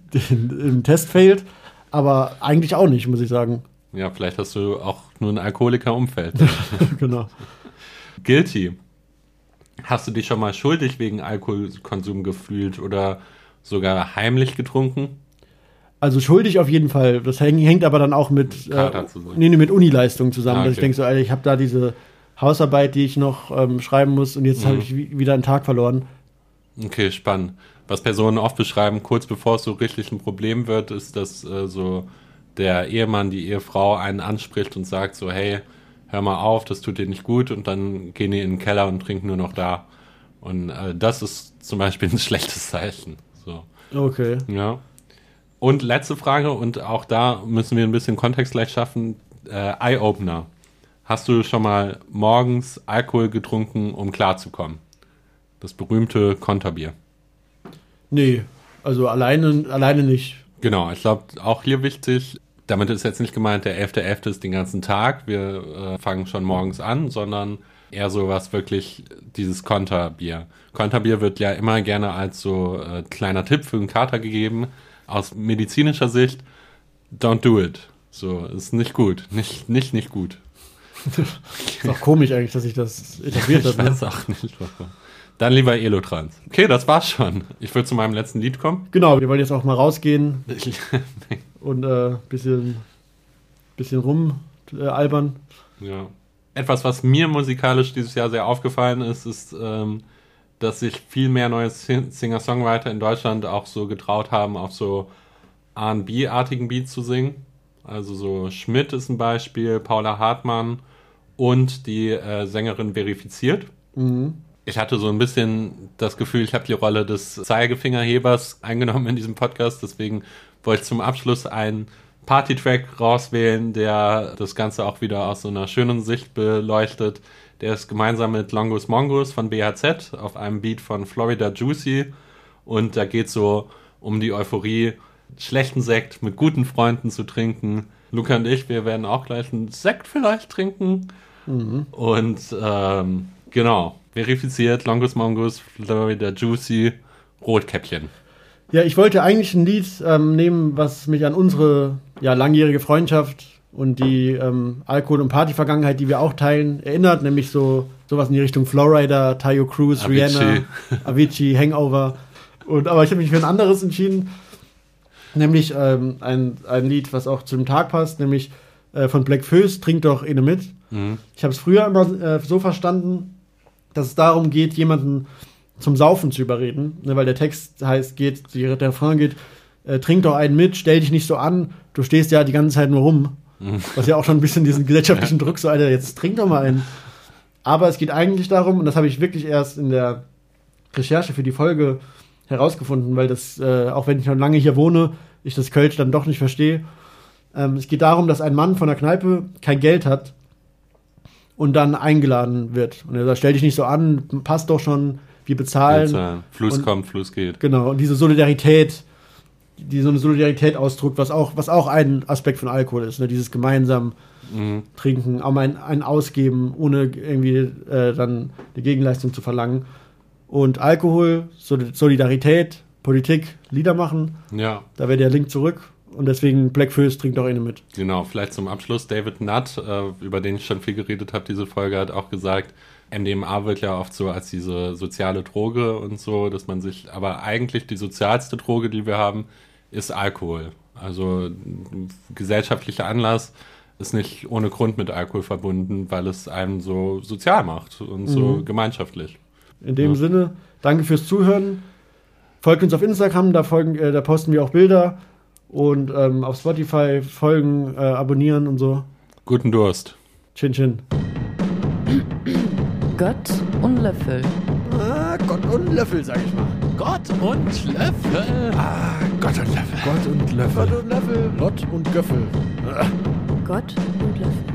im Test failt. Aber eigentlich auch nicht, muss ich sagen. Ja, vielleicht hast du auch nur ein Alkoholiker-Umfeld. Genau. Guilty. Hast du dich schon mal schuldig wegen Alkoholkonsum gefühlt oder sogar heimlich getrunken? Also schuldig auf jeden Fall. Das hängt aber dann auch mit mit Unileistung zusammen. Okay. Dass ich denke so, Alter, ich habe da diese Hausarbeit, die ich noch schreiben muss und jetzt habe ich wieder einen Tag verloren. Okay, spannend. Was Personen oft beschreiben, kurz bevor es so richtig ein Problem wird, ist, dass so der Ehemann, die Ehefrau einen anspricht und sagt so, hey, hör mal auf, das tut dir nicht gut und dann gehen die in den Keller und trinken nur noch da. Und das ist zum Beispiel ein schlechtes Zeichen. So. Okay. Ja. Und letzte Frage, und auch da müssen wir ein bisschen Kontext gleich schaffen. Eye-Opener. Hast du schon mal morgens Alkohol getrunken, um klarzukommen? Das berühmte Konterbier. Nee, also alleine nicht. Genau, ich glaube auch hier wichtig, damit ist jetzt nicht gemeint, der 11.11. ist den ganzen Tag, wir fangen schon morgens an, sondern eher sowas wirklich, dieses Konterbier. Konterbier wird ja immer gerne als so kleiner Tipp für einen Kater gegeben. Aus medizinischer Sicht, don't do it. So, ist nicht gut. Nicht gut. Ist auch komisch eigentlich, dass ich das etabliert habe. Ich weiß auch nicht, warum. Dann lieber Elotrans. Okay, das war's schon. Ich würde zu meinem letzten Lied kommen. Genau, wir wollen jetzt auch mal rausgehen und bisschen rumalbern. Ja. Etwas, was mir musikalisch dieses Jahr sehr aufgefallen ist, dass sich viel mehr neue Singer-Songwriter in Deutschland auch so getraut haben, auf so R&B-artigen Beats zu singen. Also so Schmidt ist ein Beispiel, Paula Hartmann und die Sängerin Verifiziert. Mhm. Ich hatte so ein bisschen das Gefühl, ich habe die Rolle des Zeigefingerhebers eingenommen in diesem Podcast, deswegen wollte ich zum Abschluss einen Party-Track rauswählen, der das Ganze auch wieder aus so einer schönen Sicht beleuchtet. Der ist gemeinsam mit Longus Mongus von BHZ auf einem Beat von Florida Juicy und da geht es so um die Euphorie, schlechten Sekt mit guten Freunden zu trinken. Luca und ich, wir werden auch gleich einen Sekt vielleicht trinken. Mhm. Und genau, Verifiziert, Longus Mongus, Florida Juicy, Rotkäppchen. Ja, ich wollte eigentlich ein Lied nehmen, was mich an unsere langjährige Freundschaft und die Alkohol- und Party-Vergangenheit, die wir auch teilen, erinnert, nämlich sowas in die Richtung Flowrider, Tayo Cruz, Avicii. Rihanna, Avicii, Hangover. Aber ich habe mich für ein anderes entschieden, nämlich ein Lied, was auch zu dem Tag passt, nämlich von Black Föß, trink doch eine mit. Ich habe es früher immer so verstanden, dass es darum geht, jemanden zum Saufen zu überreden, ne, weil der Text der Refrain geht, trink doch einen mit, stell dich nicht so an, du stehst ja die ganze Zeit nur rum. Was ja auch schon ein bisschen diesen gesellschaftlichen Druck so, Alter, jetzt trink doch mal einen. Aber es geht eigentlich darum, und das habe ich wirklich erst in der Recherche für die Folge herausgefunden, weil das, auch wenn ich schon lange hier wohne, ich das Kölsch dann doch nicht verstehe. Es geht darum, dass ein Mann von der Kneipe kein Geld hat und dann eingeladen wird. Und er sagt, stell dich nicht so an, passt doch schon, wir bezahlen. Fluss kommt, Fluss geht. Genau, und diese Solidarität, die so eine Solidarität ausdrückt, was auch ein Aspekt von Alkohol ist, ne? Dieses gemeinsam Trinken, auch mal ein Ausgeben, ohne irgendwie dann eine Gegenleistung zu verlangen. Und Alkohol, Solidarität, Politik, Lieder machen, ja. Da wäre der Link zurück. Und deswegen Black Föß trinkt auch eine mit. Genau, vielleicht zum Abschluss. David Nutt, über den ich schon viel geredet habe, diese Folge, hat auch gesagt, MDMA wird ja oft so als diese soziale Droge und so, dass man sich, aber eigentlich die sozialste Droge, die wir haben, ist Alkohol. Also ein gesellschaftlicher Anlass ist nicht ohne Grund mit Alkohol verbunden, weil es einem so sozial macht und so gemeinschaftlich. In dem Sinne, danke fürs Zuhören. Folgt uns auf Instagram, da posten wir auch Bilder. Und auf Spotify folgen, abonnieren und so. Guten Durst. Chin Chin. Gott und Löffel. Gott und Löffel, sag ich mal. Gott und Löffel. Gott und Löffel. Gott und Löffel. Gott und Löffel. Lott und Göffel. Gott und Löffel.